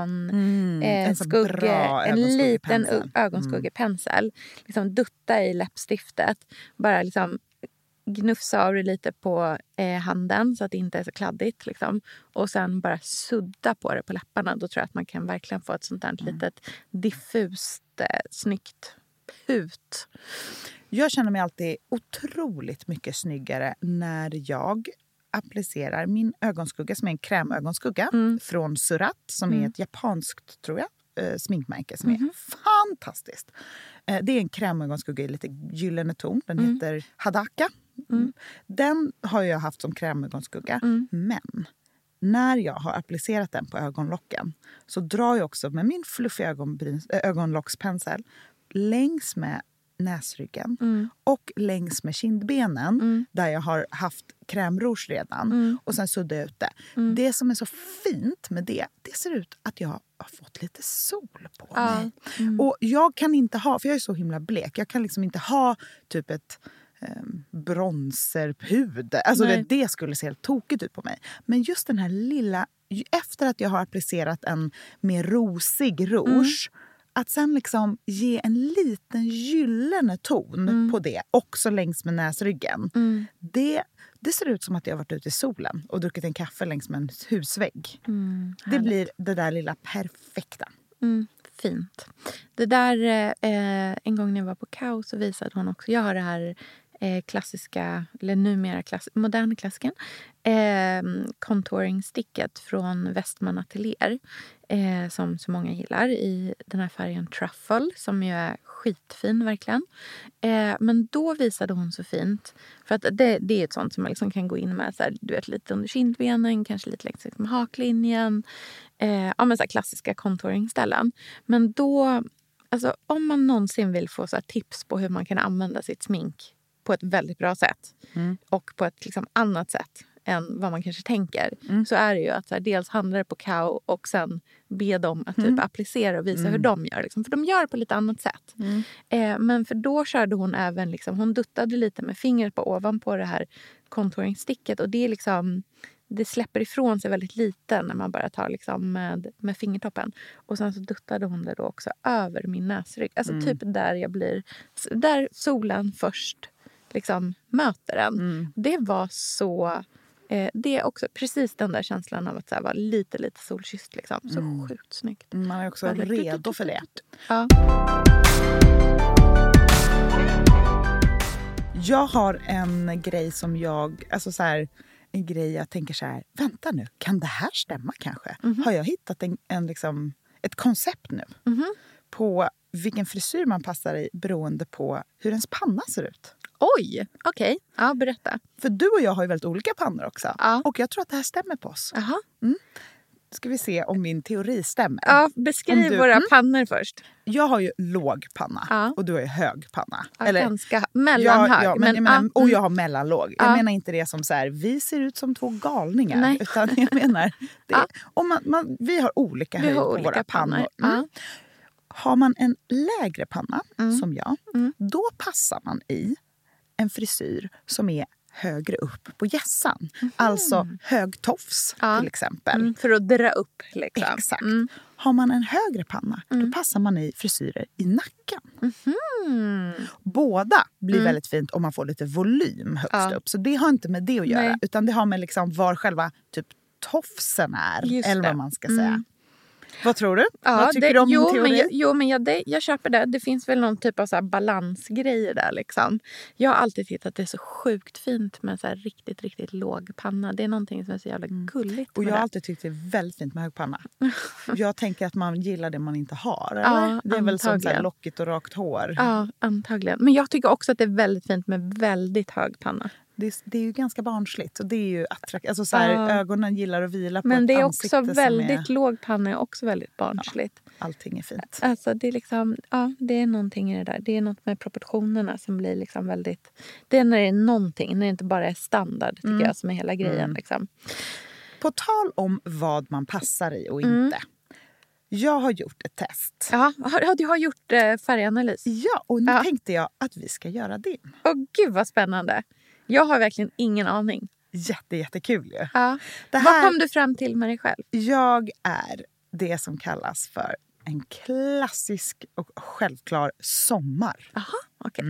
Speaker 3: en liten ögonskuggepensel. Liksom dutta i läppstiftet. Bara liksom gnufsa av det lite på handen så att det inte är så kladdigt. Liksom. Och sen bara sudda på det på läpparna. Då tror jag att man kan verkligen få ett sånt här litet diffust, snyggt put.
Speaker 4: Jag känner mig alltid otroligt mycket snyggare när jag applicerar min ögonskugga som är en krämögonskugga från Surat som är ett japanskt, tror jag, sminkmärke som är fantastiskt. Det är en krämögonskugga i lite gyllene ton. Den heter Hadaka. Den har jag haft som krämögonskugga. Men när jag har applicerat den på ögonlocken så drar jag också med min fluffiga ögonlockspensel längs med näsryggen och längs med kindbenen där jag har haft krämrouge redan och sen suddar jag ut det. Det som är så fint med det ser ut att jag har fått lite sol på mig. Och jag kan inte ha, för jag är så himla blek, jag kan liksom inte ha typ ett bronserpuder. Alltså det skulle se helt tokigt ut på mig. Men just den här lilla, efter att jag har applicerat en mer rosig rouge, att sen liksom ge en liten gyllene ton på det, också längs med näsryggen. Det ser ut som att jag har varit ute i solen och druckit en kaffe längs med en husvägg. Det blir det där lilla perfekta.
Speaker 3: Fint. Det där, en gång när jag var på Kaos så visade hon också, jag har det här klassiska, eller numera moderna klassiken, contouring-sticket från Westman Atelier som så många gillar i den här färgen Truffle som ju är skitfin verkligen. Men då visade hon så fint, för att det är ett sånt som man liksom kan gå in med så här, du vet, lite under kindbenen, kanske lite längs med haklinjen, men så här klassiska contouring-ställen. Men då, alltså om man någonsin vill få så här tips på hur man kan använda sitt smink på ett väldigt bra sätt och på ett liksom annat sätt än vad man kanske tänker, så är det ju att så här, dels handlar det på Kao och sen be dem att typ applicera och visa hur de gör. Liksom. För de gör på lite annat sätt. Men för då körde hon även, liksom, hon duttade lite med fingret på ovanpå det här contouring-sticket och det är liksom, det släpper ifrån sig väldigt lite när man bara tar liksom med fingertoppen. Och sen så duttade hon det då också över min näsrygg. Alltså typ där solen först liksom möter den. Det var så, det är också precis den där känslan av att så här, vara lite solkysst liksom. Så sjukt snyggt.
Speaker 4: Man är också redo för det.
Speaker 3: Ja.
Speaker 4: Jag har en grej som en grej jag tänker så här, vänta nu, kan det här stämma kanske? Har jag hittat liksom, ett koncept nu på vilken frisyr man passar i beroende på hur ens panna ser ut?
Speaker 3: Oj, okej. Ja, berätta.
Speaker 4: För du och jag har ju väldigt olika pannor också. Ja. Och jag tror att det här stämmer på oss. Ska vi se om min teori stämmer.
Speaker 3: Ja, beskriv våra pannor först.
Speaker 4: Jag har ju låg panna och du har ju hög panna.
Speaker 3: Ja, eller ganska mellanhög.
Speaker 4: Och jag har mellanlåg. Jag menar inte det som så här, vi ser ut som två galningar. Nej. Utan jag menar, vi har olika höjd på våra pannor. Har man en lägre panna, som jag, då passar man i en frisyr som är högre upp på hjässan. Alltså hög tofs till exempel.
Speaker 3: För att dra upp liksom.
Speaker 4: Exakt. Har man en högre panna, då passar man i frisyrer i nacken. Båda blir väldigt fint om man får lite volym högst upp. Så det har inte med det att göra. Utan det har med liksom var själva typ tofsen är. Just eller vad man ska säga. Vad tror du? Vad tycker du om min teori?
Speaker 3: Jag köper det. Det finns väl någon typ av så här balansgrejer där liksom. Jag har alltid tyckt att det är så sjukt fint med så här riktigt, riktigt låg panna. Det är någonting som är så jävla gulligt.
Speaker 4: Och jag har alltid tyckt det är väldigt fint med hög panna. Jag tänker att man gillar det man inte har. Eller? Det är väl som så här lockigt och rakt hår.
Speaker 3: Ja, antagligen. Men jag tycker också att det är väldigt fint med väldigt hög panna.
Speaker 4: Det är ju ganska barnsligt. Och det är ju attraktivt. Alltså så här, ögonen gillar att vila på
Speaker 3: men
Speaker 4: ett
Speaker 3: det är
Speaker 4: ansikte
Speaker 3: också väldigt låg panna är också väldigt barnsligt.
Speaker 4: Ja, allting är fint.
Speaker 3: Alltså det är liksom, det är någonting i det där. Det är något med proportionerna som blir liksom väldigt, det är när det är någonting, när det inte bara är standard tycker jag som är hela grejen liksom.
Speaker 4: På tal om vad man passar i och inte. Jag har gjort ett test.
Speaker 3: Ja, du har gjort färganalys.
Speaker 4: Ja, och nu tänkte jag att vi ska göra din.
Speaker 3: Åh gud vad spännande. Jag har verkligen ingen aning.
Speaker 4: jättekul ju.
Speaker 3: Ja.
Speaker 4: Vad
Speaker 3: Vad kom du fram till med dig själv?
Speaker 4: Jag är det som kallas för en klassisk och självklar sommar.
Speaker 3: Aha, okej.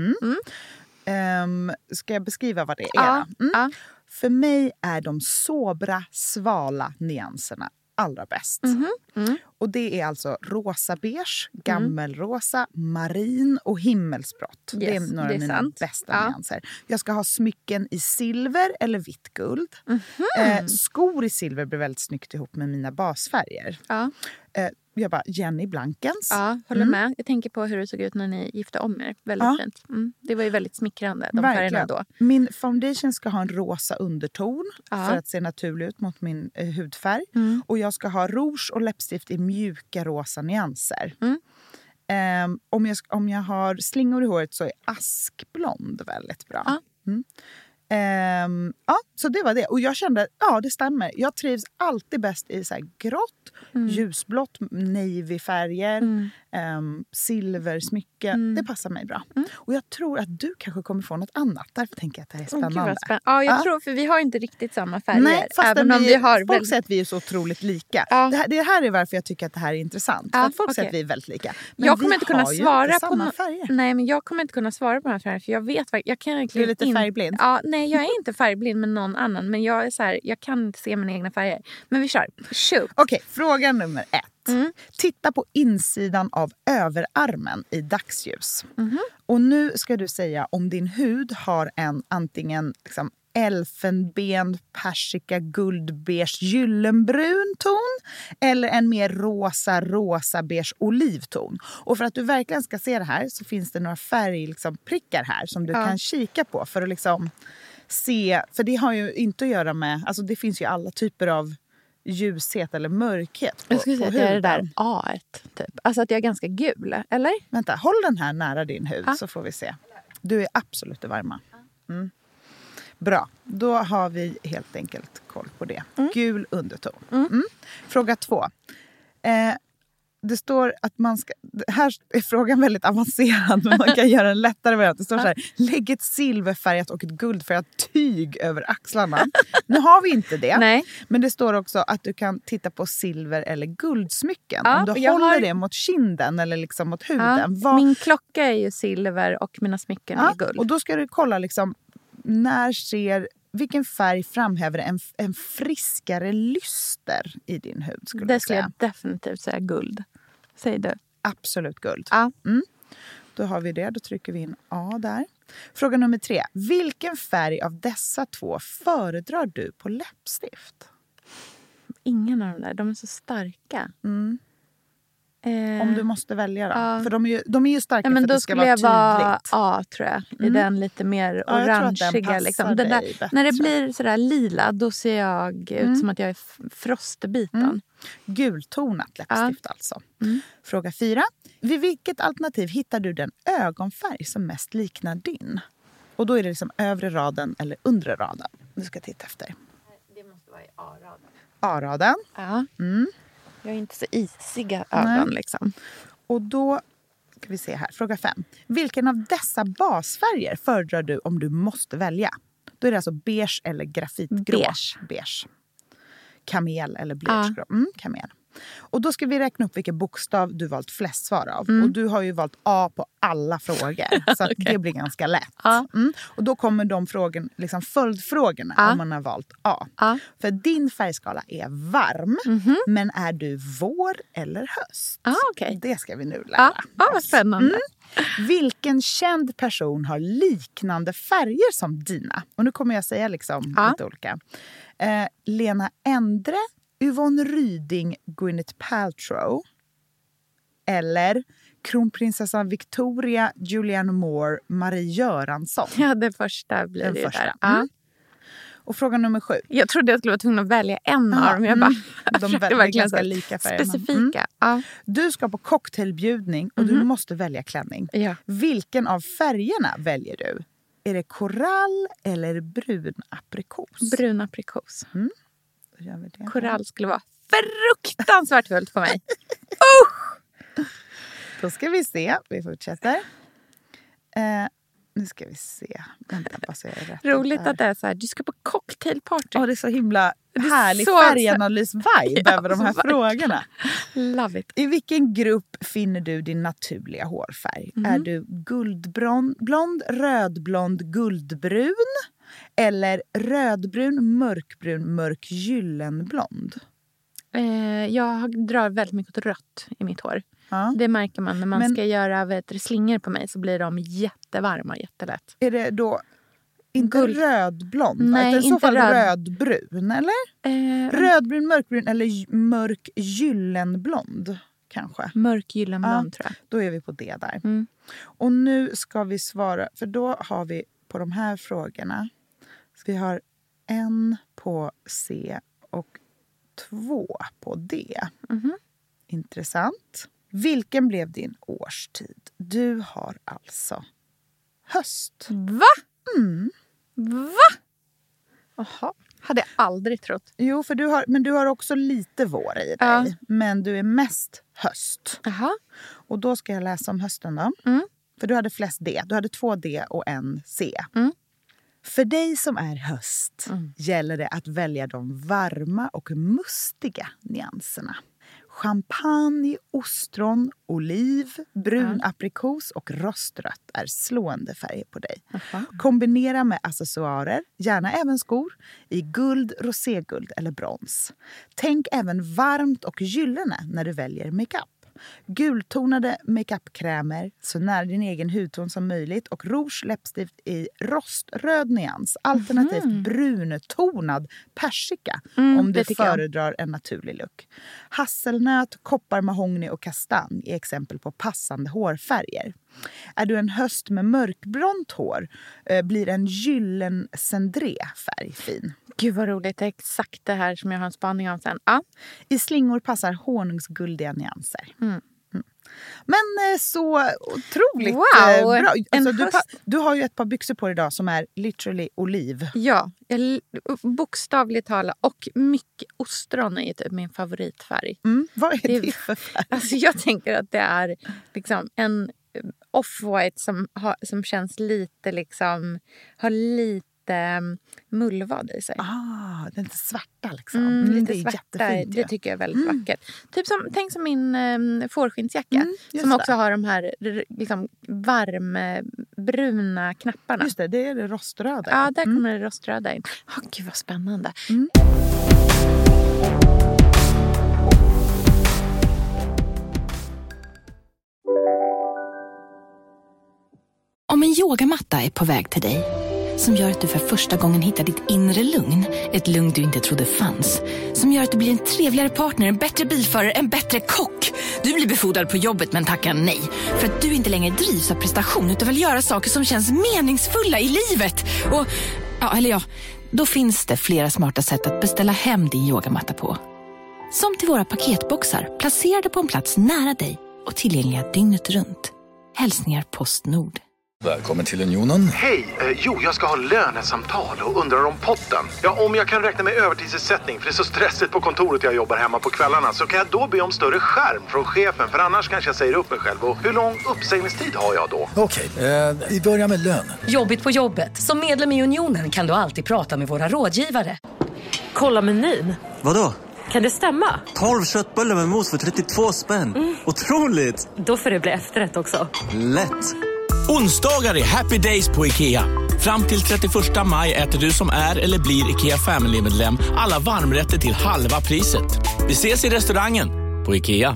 Speaker 4: Ska jag beskriva vad det är?
Speaker 3: Ja.
Speaker 4: För mig är de sobra, svala nyanserna allra bäst. Och det är alltså rosa beige, gammelrosa, marin och himmelsblått. Det är några av mina bästa nyanser. Jag ska ha smycken i silver eller vitt guld. Skor i silver blir väldigt snyggt ihop med mina basfärger.
Speaker 3: Ja.
Speaker 4: Jag bara, Jenny Blankens.
Speaker 3: Ja, håller med. Jag tänker på hur det såg ut när ni gifte om er. Väldigt fint. Det var ju väldigt smickrande, de färgerna då.
Speaker 4: Min foundation ska ha en rosa underton för att se naturlig ut mot min hudfärg. Och jag ska ha rouge och läppstift i mjuka rosa nyanser. Om jag har slingor i håret så är askblond väldigt bra. Så det var det. Och jag kände, det stämmer. Jag trivs alltid bäst i så här grått, ljusblått, navy-färger, silversmycke. Det passar mig bra. Och jag tror att du kanske kommer få något annat. Därför tänker jag att det här är spännande.
Speaker 3: Ja, jag tror, för vi har inte riktigt samma färger.
Speaker 4: Nej, fast
Speaker 3: även om vi har
Speaker 4: folk säger att vi är så otroligt lika. Det här är varför jag tycker att det här är intressant. För att folk säger att vi är väldigt lika. Men
Speaker 3: jag kommer inte kunna svara
Speaker 4: på färger.
Speaker 3: Nej, men jag kommer inte kunna svara på de här färgerna. För jag vet jag kan
Speaker 4: Du är lite färgblind.
Speaker 3: Ja, nej, jag är inte färgblind med någon annan. Men jag är så här, jag kan inte se mina egna färger. Men vi kör. Shoot.
Speaker 4: Okej, fråga nummer 1. Titta på insidan av överarmen i dagsljus. Och nu ska du säga om din hud har en antingen liksom elfenben, persika, guldbeige, gyllenbrun ton eller en mer rosa beige olivton. Och för att du verkligen ska se det här så finns det några färgprickar här som du kan kika på för att liksom se, för det har ju inte att göra med, alltså det finns ju alla typer av ljushet eller mörkhet på,
Speaker 3: jag skulle säga att det är det där A1 typ. Alltså att jag är ganska gul, eller?
Speaker 4: Vänta, håll den här nära din hud så får vi se. Du är absolut varma. Bra, då har vi helt enkelt koll på det. Gul underton. Fråga 2. Det står att man ska... Här är frågan väldigt avancerad, men man kan göra en lättare variant. Det står så här, lägg ett silverfärgat och ett guldfärgat tyg över axlarna. Nu har vi inte det.
Speaker 3: Nej.
Speaker 4: Men det står också att du kan titta på silver- eller guldsmycken. Om du håller det mot kinden eller liksom mot huden.
Speaker 3: Min klocka är ju silver och mina smycken är guld.
Speaker 4: Och då ska du kolla liksom, vilken färg framhäver en friskare lyster i din hud?
Speaker 3: Det skulle jag definitivt säga guld. Säger du?
Speaker 4: Absolut guld.
Speaker 3: Ja.
Speaker 4: Då har vi det. Då trycker vi in A där. Fråga nummer 3. Vilken färg av dessa 2 föredrar du på läppstift?
Speaker 3: Ingen av de där. De är så starka.
Speaker 4: Om du måste välja då. För de är ju starka för att det ska vara tydligt.
Speaker 3: Ja, tror jag. I den lite mer orangeiga. Liksom. När det blir sådär lila, då ser jag ut som att jag är frostbiten.
Speaker 4: Gultonat läppstift alltså. Fråga 4. Vid vilket alternativ hittar du den ögonfärg som mest liknar din? Och då är det liksom övre raden eller undre raden. Du ska titta efter.
Speaker 3: Det måste vara i A-raden.
Speaker 4: A-raden.
Speaker 3: Ja. Jag är inte så isiga ögon liksom.
Speaker 4: Och då ska vi se här. Fråga 5. Vilken av dessa basfärger föredrar du om du måste välja? Då är det alltså beige eller grafitgrå. Beige. Kamel eller blyertsgrå. Kamel. Och då ska vi räkna upp vilken bokstav du valt flest svar av. Och du har ju valt A på alla frågor. Så att det blir ganska lätt. Och då kommer de frågorna, liksom följdfrågorna om man har valt A. För din färgskala är varm. Men är du vår eller höst?
Speaker 3: Okay.
Speaker 4: Det ska vi nu lära.
Speaker 3: Vad spännande.
Speaker 4: Vilken känd person har liknande färger som dina? Och nu kommer jag säga liksom lite olika. Lena Endre, Yvonne Ryding, Gwyneth Paltrow eller kronprinsessan Victoria, Julianne Moore, Marie Göransson.
Speaker 3: Ja, det första blir den det första. Där.
Speaker 4: Och fråga nummer 7.
Speaker 3: Jag trodde jag skulle vara tvungen att välja en av dem. Jag bara,
Speaker 4: de är ganska lika färgerna.
Speaker 3: Specifika.
Speaker 4: Du ska på cocktailbjudning och du måste välja klänning. Vilken av färgerna väljer du? Är det korall eller brun aprikos?
Speaker 3: Brun aprikos.
Speaker 4: Gör vi det.
Speaker 3: Korall skulle vara fruktansvärt fult på mig.
Speaker 4: Då ska vi se. Vi fortsätter. Nu ska vi se. Vänta, bara så jag är rätt.
Speaker 3: Roligt att det är så här, du ska på cocktailparty.
Speaker 4: Ja, det är så himla härlig
Speaker 3: så
Speaker 4: färganalys-vibe över de här frågorna.
Speaker 3: Love it.
Speaker 4: I vilken grupp finner du din naturliga hårfärg? Är du guldblond, rödblond, guldbrun? Eller rödbrun, mörkbrun, mörk gyllenblond?
Speaker 3: Jag drar väldigt mycket åt rött i mitt hår.
Speaker 4: Ja.
Speaker 3: Det märker man när man ska göra slingor på mig, så blir de jättevarma jättelätt.
Speaker 4: Är det då inte rödblond?
Speaker 3: Nej,
Speaker 4: i så fall rödbrun, eller? Rödbrun, mörkbrun eller mörk gyllenblond kanske?
Speaker 3: Mörk gyllenblond tror jag.
Speaker 4: Då är vi på det där. Och nu ska vi svara, för då har vi på de här frågorna, vi har 1 på C och 2 på D. Intressant. Vilken blev din årstid? Du har alltså höst.
Speaker 3: Va? Va? Jaha, hade jag aldrig trott.
Speaker 4: Jo, för du har också lite vår i dig. Ja. Men du är mest höst.
Speaker 3: Jaha.
Speaker 4: Och då ska jag läsa om hösten då. För du hade flest D. Du hade 2 D och 1 C. För dig som är höst gäller det att välja de varma och mustiga nyanserna. Champagne, ostron, oliv, brun aprikos och rostrött är slående färger på dig. Kombinera med accessoarer, gärna även skor, i guld, roséguld eller brons. Tänk även varmt och gyllene när du väljer makeup. Gultonade makeupkrämer så nära din egen hudton som möjligt och rouge läppstift i roströd nyans, alternativt bruntonad persika om du föredrar en naturlig look. Hasselnöt, koppar, mahogny och kastanj är exempel på passande hårfärger. Är du en höst med mörkblont hår blir en gyllen cendré färg fin.
Speaker 3: Gud vad roligt, det är exakt det här som jag har en spaning om sen. Ja.
Speaker 4: I slingor passar honungsguldiga nyanser. Men så otroligt bra. Alltså, du har ju ett par byxor på idag som är literally oliv.
Speaker 3: Ja, bokstavligt talat. Och mycket ostron är ju typ min favoritfärg.
Speaker 4: Vad är det för färg?
Speaker 3: Alltså jag tänker att det är liksom en off-white som känns lite liksom, har lite mullvad i sig.
Speaker 4: Den är svarta liksom.
Speaker 3: Lite
Speaker 4: det är
Speaker 3: svarta,
Speaker 4: jättefint.
Speaker 3: det tycker jag är väldigt vackert. Typ tänk som min fårskinnsjacka som också har de här liksom varmbruna knapparna.
Speaker 4: Just det är det roströda.
Speaker 3: Ja, där kommer det roströda in. Gud vad spännande.
Speaker 9: Om en yogamatta är på väg till dig, som gör att du för första gången hittar ditt inre lugn, ett lugn du inte trodde fanns, som gör att du blir en trevligare partner, en bättre bilförare, en bättre kock. Du blir befordrad på jobbet men tackar nej, för att du inte längre drivs av prestation utan vill göra saker som känns meningsfulla i livet. Och, då finns det flera smarta sätt att beställa hem din yogamatta på. Som till våra paketboxar, placerade på en plats nära dig och tillgängliga dygnet runt. Hälsningar Postnord.
Speaker 10: Välkommen till Unionen.
Speaker 11: Hej, jag ska ha lönesamtal och undrar om potten. Ja, om jag kan räkna med övertidsersättning för det är så stressigt på kontoret jag jobbar hemma på kvällarna, så kan jag då be om större skärm från chefen, för annars kanske jag säger upp mig själv. Och hur lång uppsägningstid har jag då?
Speaker 10: Okej, vi börjar med lön.
Speaker 12: Jobbigt på jobbet. Som medlem i Unionen kan du alltid prata med våra rådgivare.
Speaker 13: Kolla menyn.
Speaker 14: Vadå?
Speaker 13: Kan det stämma?
Speaker 14: 12 köttbullar med mos för 32 spänn. Otroligt!
Speaker 13: Då får det bli efterrätt också.
Speaker 14: Lätt!
Speaker 15: Onsdagar är happy days på IKEA. Fram till 31 maj äter du som är eller blir IKEA Family-medlem alla varmrätter till halva priset. Vi ses i restaurangen på IKEA.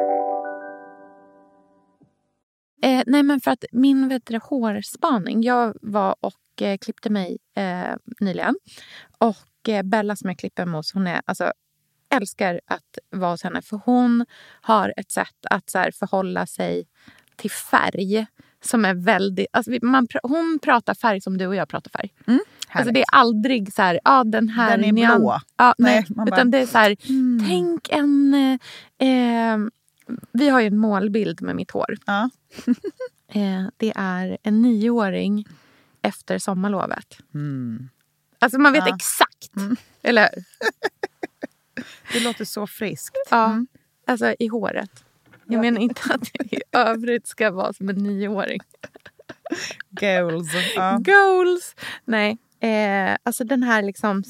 Speaker 3: Nej, men för att min hårspaning, jag var och klippte mig nyligen. Och Bella som jag klipper med hos, hon är älskar att vara hos henne. För hon har ett sätt att förhålla sig till färg som är väldigt... hon pratar färg som du och jag pratar färg. Det är aldrig den här...
Speaker 4: Den är blå.
Speaker 3: Nej, utan det är tänk en... vi har ju en målbild med mitt hår.
Speaker 4: Ja.
Speaker 3: Det är en 9-åring efter sommarlovet. Man vet exakt. Eller hur?
Speaker 4: Det låter så friskt.
Speaker 3: Ja, i håret. Jag menar inte att det i övrigt ska vara som en 9-åring.
Speaker 4: Goals.
Speaker 3: Goals. Nej. Alltså den här liksom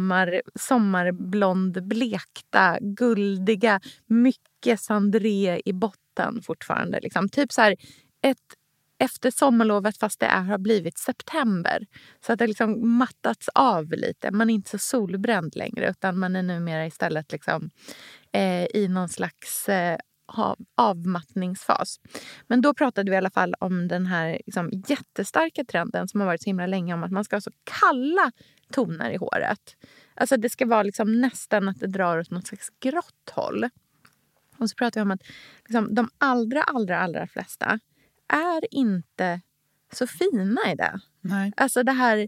Speaker 3: sommarblond, blekta, guldiga, mycket sandré i botten fortfarande. Liksom. Typ så här efter sommarlovet fast det har blivit september. Så att det liksom mattats av lite. Man är inte så solbränd längre utan man är numera istället liksom, i någon slags avmattningsfas. Men då pratade vi i alla fall om den här liksom, jättestarka trenden som har varit så himla länge om att man ska ha så kalla toner i håret. Alltså det ska vara liksom nästan att det drar åt något slags grått håll. Och så pratar vi om att liksom, de allra flesta är inte så fina i det.
Speaker 4: Nej.
Speaker 3: Alltså det här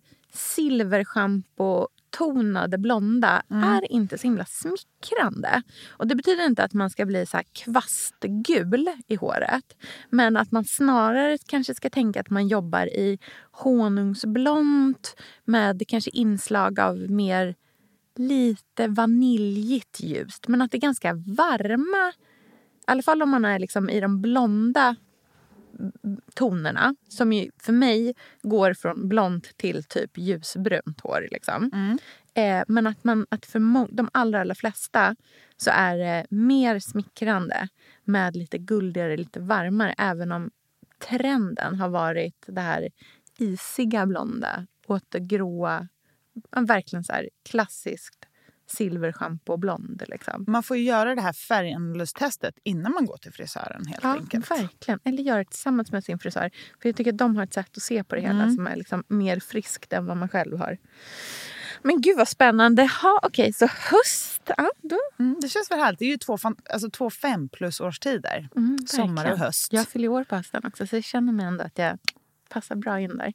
Speaker 3: silverschampo-tonade blonda är inte så himla smickrande. Och det betyder inte att man ska bli så här kvastgul i håret. Men att man snarare kanske ska tänka att man jobbar i honungsblont med kanske inslag av mer lite vaniljigt ljust. Men att det är ganska varma, i alla fall om man är liksom i de blonda tonerna som ju för mig går från blont till typ ljusbrunt hår liksom. Men att för de allra flesta så är det mer smickrande med lite guldigare, lite varmare, även om trenden har varit det här isiga blonda åt det gråa, verkligen så här klassiskt silverschampo och blond liksom.
Speaker 4: Man får ju göra det här färganalystestet innan man går till frisören helt enkelt.
Speaker 3: Ja, verkligen. Eller göra det tillsammans med sin frisör. För jag tycker att de har ett sätt att se på det hela som är liksom mer friskt än vad man själv har. Men gud vad spännande. Okej, så höst. Ja, då.
Speaker 4: Det känns väl härligt. Det är ju två 5 plus årstider. Sommar och höst.
Speaker 3: Jag fyller år på hösten också så jag känner mig ändå att jag passar bra in där.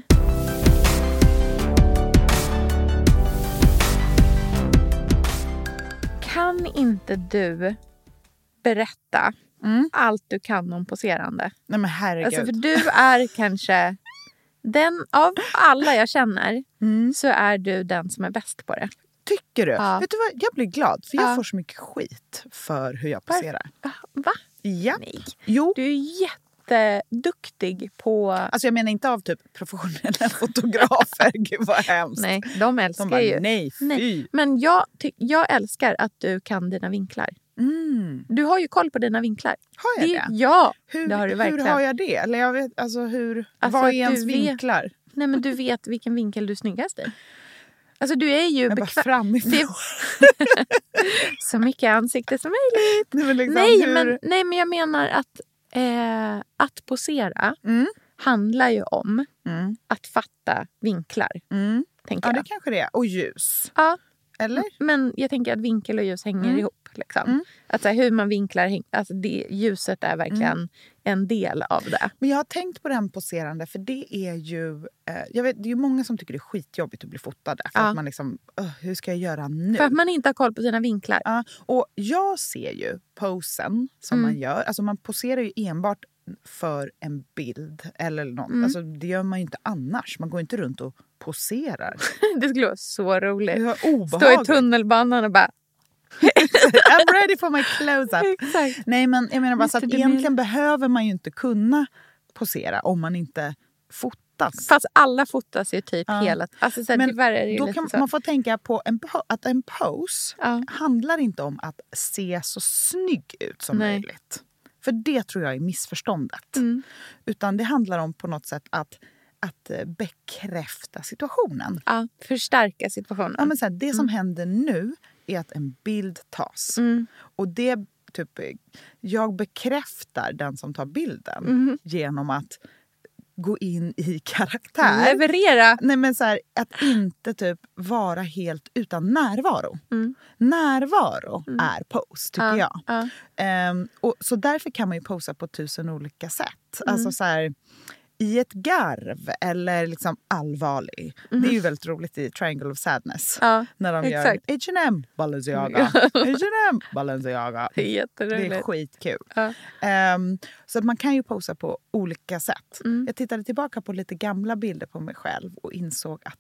Speaker 3: Kan inte du berätta allt du kan om poserande?
Speaker 4: Nej men herregud.
Speaker 3: Alltså för du är kanske den av alla jag känner så är du den som är bäst på det.
Speaker 4: Tycker du?
Speaker 3: Ja.
Speaker 4: Vet du vad? Jag blir glad för jag får så mycket skit för hur jag poserar.
Speaker 3: Va?
Speaker 4: Ja.
Speaker 3: Nej.
Speaker 4: Jo.
Speaker 3: Du är jätteduktig på...
Speaker 4: Alltså jag menar inte av typ professionella fotografer. Gud vad hemskt.
Speaker 3: Nej, de älskar
Speaker 4: de bara,
Speaker 3: ju.
Speaker 4: Nej, fy.
Speaker 3: Nej. Men jag älskar att du kan dina vinklar. Du har ju koll på dina vinklar.
Speaker 4: Har jag det?
Speaker 3: Ja,
Speaker 4: hur,
Speaker 3: det har du verkligen.
Speaker 4: Hur har jag det? Eller jag vet, alltså vad är ens vinklar?
Speaker 3: Nej men du vet vilken vinkel du är snyggast i. Alltså du är ju
Speaker 4: jag bara framifrån.
Speaker 3: Så mycket ansikte som möjligt. Nej men jag menar att posera handlar ju om att fatta vinklar. Tänker jag.
Speaker 4: Det kanske det är. Och ljus.
Speaker 3: Ja.
Speaker 4: Eller?
Speaker 3: Men jag tänker att vinkel och ljus hänger ihop. Liksom. Att så här, hur man vinklar, alltså ljuset är verkligen en del av det.
Speaker 4: Men jag har tänkt på den poserande, för det är ju... jag vet, det är ju många som tycker det är skitjobbigt att bli fotade. För att man liksom, hur ska jag göra nu?
Speaker 3: För att man inte har koll på sina vinklar.
Speaker 4: Och jag ser ju posen som man gör. Alltså man poserar ju enbart för en bild eller något. Alltså det gör man ju inte annars. Man går inte runt och poserar.
Speaker 3: Det skulle vara så roligt.
Speaker 4: Det var obehagligt.
Speaker 3: Stå i tunnelbanan och bara...
Speaker 4: I'm ready for my close-up.
Speaker 3: Exakt.
Speaker 4: Nej men jag menar bara så att egentligen behöver man ju inte kunna posera om man inte fotas.
Speaker 3: Fast alla fotas ju typ hela... Alltså, så
Speaker 4: men
Speaker 3: tyvärr är det
Speaker 4: då
Speaker 3: lite
Speaker 4: kan
Speaker 3: så.
Speaker 4: man få tänka på att en pose handlar inte om att se så snygg ut som möjligt. För det tror jag är missförståndet. Utan det handlar om på något sätt att bekräfta situationen.
Speaker 3: Ja, förstärka situationen.
Speaker 4: Ja, men så här, det som händer nu är att en bild tas. Och det typ, jag bekräftar den som tar bilden genom att gå in i karaktär.
Speaker 3: Leverera.
Speaker 4: Nej, men så här, att inte typ vara helt utan närvaro. Närvaro är pose, tycker jag. Och så därför kan man ju posa på 1000 olika sätt. Alltså så här, i ett garv eller liksom allvarlig. Det är ju väldigt roligt i Triangle of Sadness. När de gör H&M Balenciaga. H&M Balenciaga.
Speaker 3: Det är jätteroligt.
Speaker 4: Det är skitkul. Så att man kan ju posa på olika sätt. Jag tittade tillbaka på lite gamla bilder på mig själv och insåg att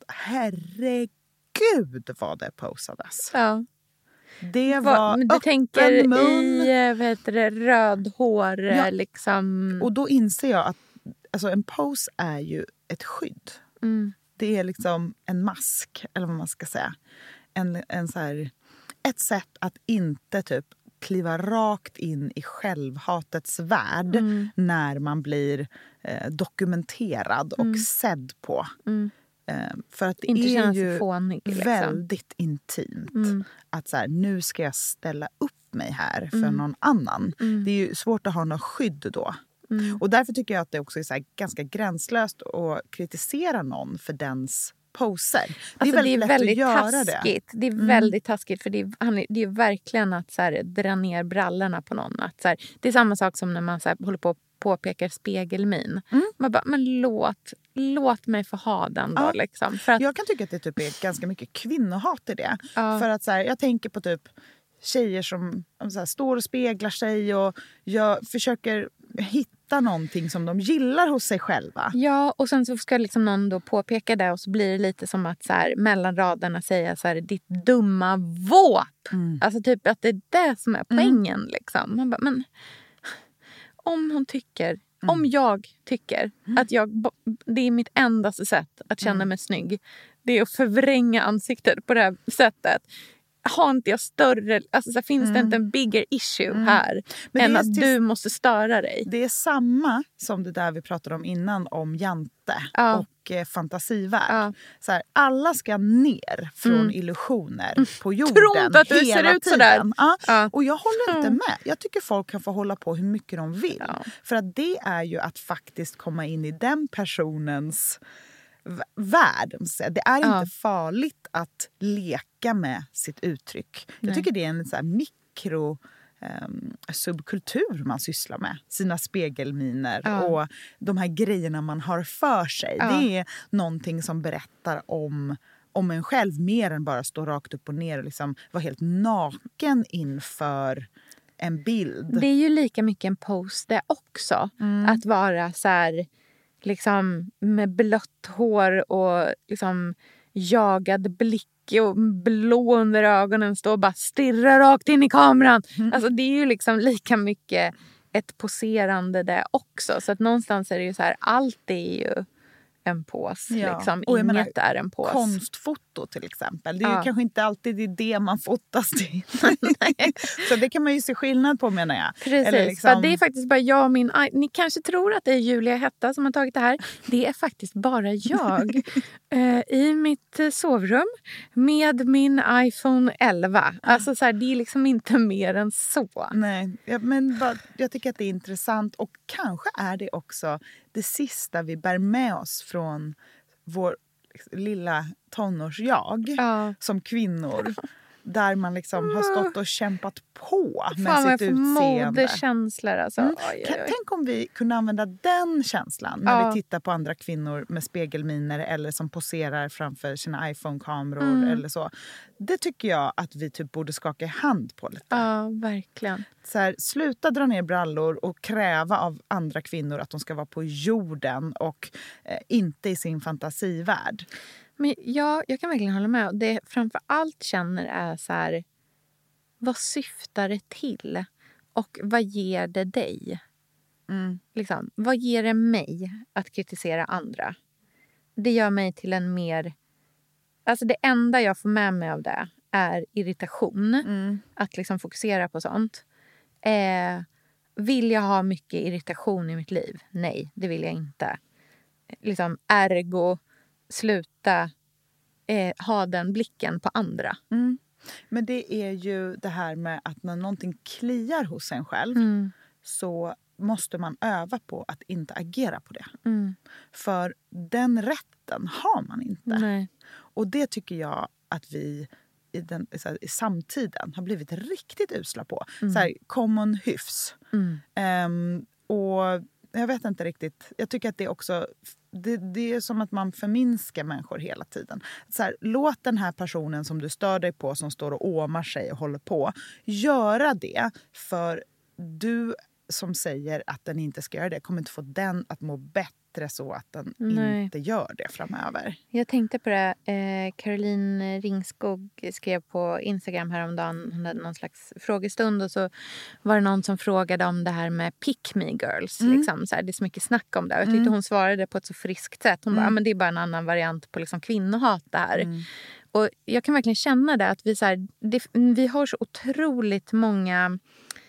Speaker 4: herregud vad det posades. Det var
Speaker 3: du tänker mun. I röd hår liksom.
Speaker 4: Och då inser jag att alltså en pose är ju ett skydd. Det är liksom en mask, eller vad man ska säga. En så här, ett sätt att inte typ kliva rakt in i självhatets värld när man blir dokumenterad och sedd på. För att det
Speaker 3: inte
Speaker 4: är ju
Speaker 3: fånig, liksom.
Speaker 4: Väldigt intimt. Att så här, nu ska jag ställa upp mig här för någon annan. Det är ju svårt att ha något skydd då. Och därför tycker jag att det också är så här ganska gränslöst att kritisera någon för dens poser. Det är väldigt
Speaker 3: taskigt. Det är väldigt taskigt, för det är verkligen att så här, dra ner brallorna på någon. Att, så här, det är samma sak som när man så här, håller på och påpekar spegelmin. Man bara, men låt mig få ha den då. Liksom. För att,
Speaker 4: jag kan tycka att det typ är ganska mycket kvinnohat i det. För att så här, jag tänker på typ tjejer som så här, står och speglar sig och försöker hitta någonting som de gillar hos sig själva.
Speaker 3: Ja, och sen så ska liksom någon då påpeka det, och så blir det lite som att så här, mellan raderna säga så här, ditt dumma våp. Alltså typ att det är det som är poängen. Liksom. Man bara, men om hon tycker, om jag tycker att det är mitt endaste sätt att känna mig snygg, det är att förvränga ansiktet på det här sättet. Har inte jag större, alltså så finns det inte en bigger issue här än att du måste störa dig?
Speaker 4: Det är samma som det där vi pratade om innan om Jante och fantasivärld. Så här, alla ska ner från illusioner på jorden.
Speaker 3: Tror inte att du ser ut sådär.
Speaker 4: Och jag håller inte med. Jag tycker folk kan få hålla på hur mycket de vill. För att det är ju att faktiskt komma in i den personens värld. Det är inte farligt att leka med sitt uttryck. Jag tycker det är en så här mikro subkultur man sysslar med. Sina spegelminer och de här grejerna man har för sig. Det är någonting som berättar om en själv mer än bara stå rakt upp och ner och liksom vara helt naken inför en bild.
Speaker 3: Det är ju lika mycket en pose det också. Att vara så här liksom med blött hår och liksom jagad blick och blå under ögonen, stå och bara stirra rakt in i kameran. Alltså det är ju liksom lika mycket ett poserande det också. Så att någonstans är det ju så här, allt är ju en pås. Liksom. Inget är en pås.
Speaker 4: Konstfoto till exempel. Det är ju kanske inte alltid det man fotas till. Så det kan man ju se skillnad på, menar jag.
Speaker 3: Precis,
Speaker 4: eller liksom...
Speaker 3: för det är faktiskt bara jag och min... Ni kanske tror att det är Julia Hetta som har tagit det här. Det är faktiskt bara jag. I mitt sovrum med min iPhone 11. Alltså så här, det är liksom inte mer än så.
Speaker 4: Nej, men jag tycker att det är intressant. Och kanske är det också det sista vi bär med oss från vår lilla tonårsjag som kvinnor. Där man liksom har stått och kämpat på med sitt utseende.
Speaker 3: Modekänslor alltså.
Speaker 4: Tänk om vi kunde använda den känslan när vi tittar på andra kvinnor med spegelminer eller som poserar framför sina iPhone-kameror eller så. Det tycker jag att vi typ borde skaka i hand på lite.
Speaker 3: Ja, verkligen.
Speaker 4: Så här, sluta dra ner brallor och kräva av andra kvinnor att de ska vara på jorden och inte i sin fantasivärld.
Speaker 3: Men jag kan verkligen hålla med. Det framför allt känner är så här, vad syftar det till? Och vad ger det dig? Liksom, vad ger det mig att kritisera andra? Det gör mig till en mer... Alltså det enda jag får med mig av det är irritation. Att liksom fokusera på sånt. Vill jag ha mycket irritation i mitt liv? Nej, det vill jag inte. Liksom, ergo... sluta ha den blicken på andra.
Speaker 4: Men det är ju det här med att när någonting kliar hos en själv så måste man öva på att inte agera på det. För den rätten har man inte.
Speaker 3: Nej.
Speaker 4: Och det tycker jag att vi i samtiden har blivit riktigt usla på. Så här, common hyfs. Och jag vet inte riktigt. Jag tycker att det också... Det är som att man förminskar människor hela tiden. Så här, låt den här personen som du stör dig på, som står och åmar sig och håller på, göra det. För du som säger att den inte ska göra det kommer inte få den att må bättre så att den inte gör det framöver.
Speaker 3: Jag tänkte på det. Caroline Ringskog skrev på Instagram häromdagen. Hon hade någon slags frågestund och så var det någon som frågade om det här med pick me girls. Liksom, så här, det är så mycket snack om det. Jag tyckte hon svarade på ett så friskt sätt. Hon bara, men det är bara en annan variant på liksom kvinnohat det här. Och jag kan verkligen känna det att vi, så här, vi har så otroligt många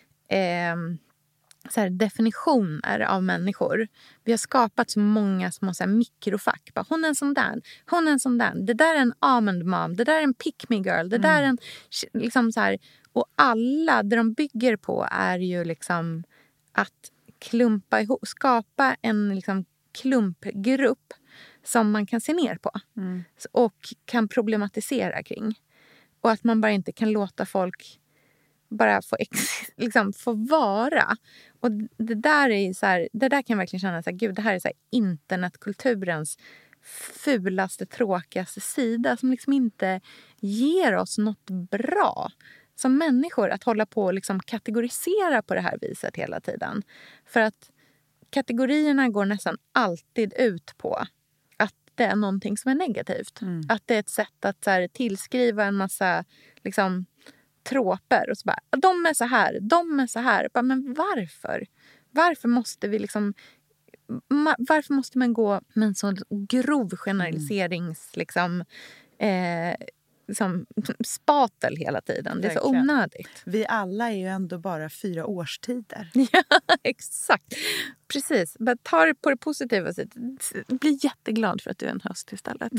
Speaker 3: så här, definitioner av människor. Vi har skapat så många små så här, mikrofack. Bara, hon är en sån där. Hon är en sån där. Det där är en almond mom. Det där är en pick me girl. Det där är en liksom så här. Och alla, det de bygger på är ju liksom att klumpa ihop, skapa en liksom klumpgrupp som man kan se ner på. Och kan problematisera kring. Och att man bara inte kan låta folk bara liksom få vara. Och det där är så här, det där kan jag verkligen känna så här, gud, det här är så här internetkulturens fulaste, tråkigaste sida som liksom inte ger oss något bra som människor att hålla på och liksom kategorisera på det här viset hela tiden. För att kategorierna går nästan alltid ut på att det är någonting som är negativt. Att det är ett sätt att så här, tillskriva en massa liksom tråper och så bara, de är så här, de är så här. Bara, men varför? Varför måste vi liksom varför måste man gå med en sån grov generaliserings liksom som spatel hela tiden. Det är så onödigt.
Speaker 4: Vi alla är ju ändå bara 4 årstider.
Speaker 3: Ja, exakt. Precis. Men ta det på det positiva sättet. Bli jätteglad för att du är en höst istället.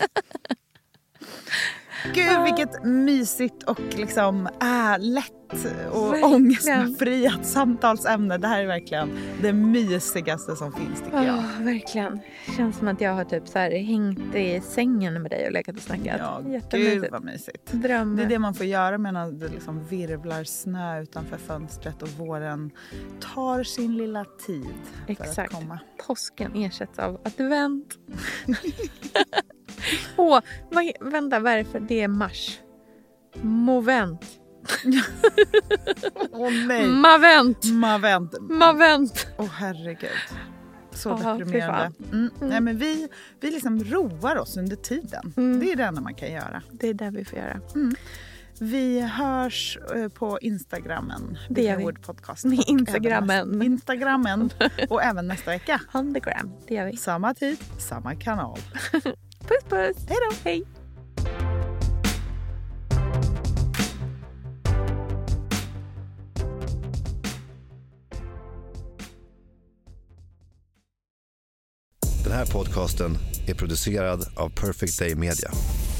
Speaker 4: Gud, vilket mysigt och liksom lätt och ångestbefriat samtalsämne. Det här är verkligen det mysigaste som finns, tycker jag.
Speaker 3: Verkligen. Känns som att jag har typ så här hängt i sängen med dig och lekat och snackat.
Speaker 4: Ja, gud vad mysigt.
Speaker 3: Dröm.
Speaker 4: Det är det man får göra medan det liksom virvlar snö utanför fönstret och våren tar sin lilla tid för att komma.
Speaker 3: Påsken ersätts av advent. Vänta, varför? Det är mars. Movent.
Speaker 4: Nej.
Speaker 3: Mavent.
Speaker 4: Herregud. Så deprimerande. Nej, men vi liksom roar oss under tiden. Det är det enda man kan göra.
Speaker 3: Det är det vi får göra.
Speaker 4: Vi hörs på Instagrammen.
Speaker 3: Det gör vi.
Speaker 4: Instagrammen. Och även nästa vecka.
Speaker 3: On the gram. Det gör vi.
Speaker 4: Samma tid, samma kanal.
Speaker 3: Puss, puss.
Speaker 4: Hej då.
Speaker 3: Hej.
Speaker 16: Den här podcasten är producerad av Perfect Day Media.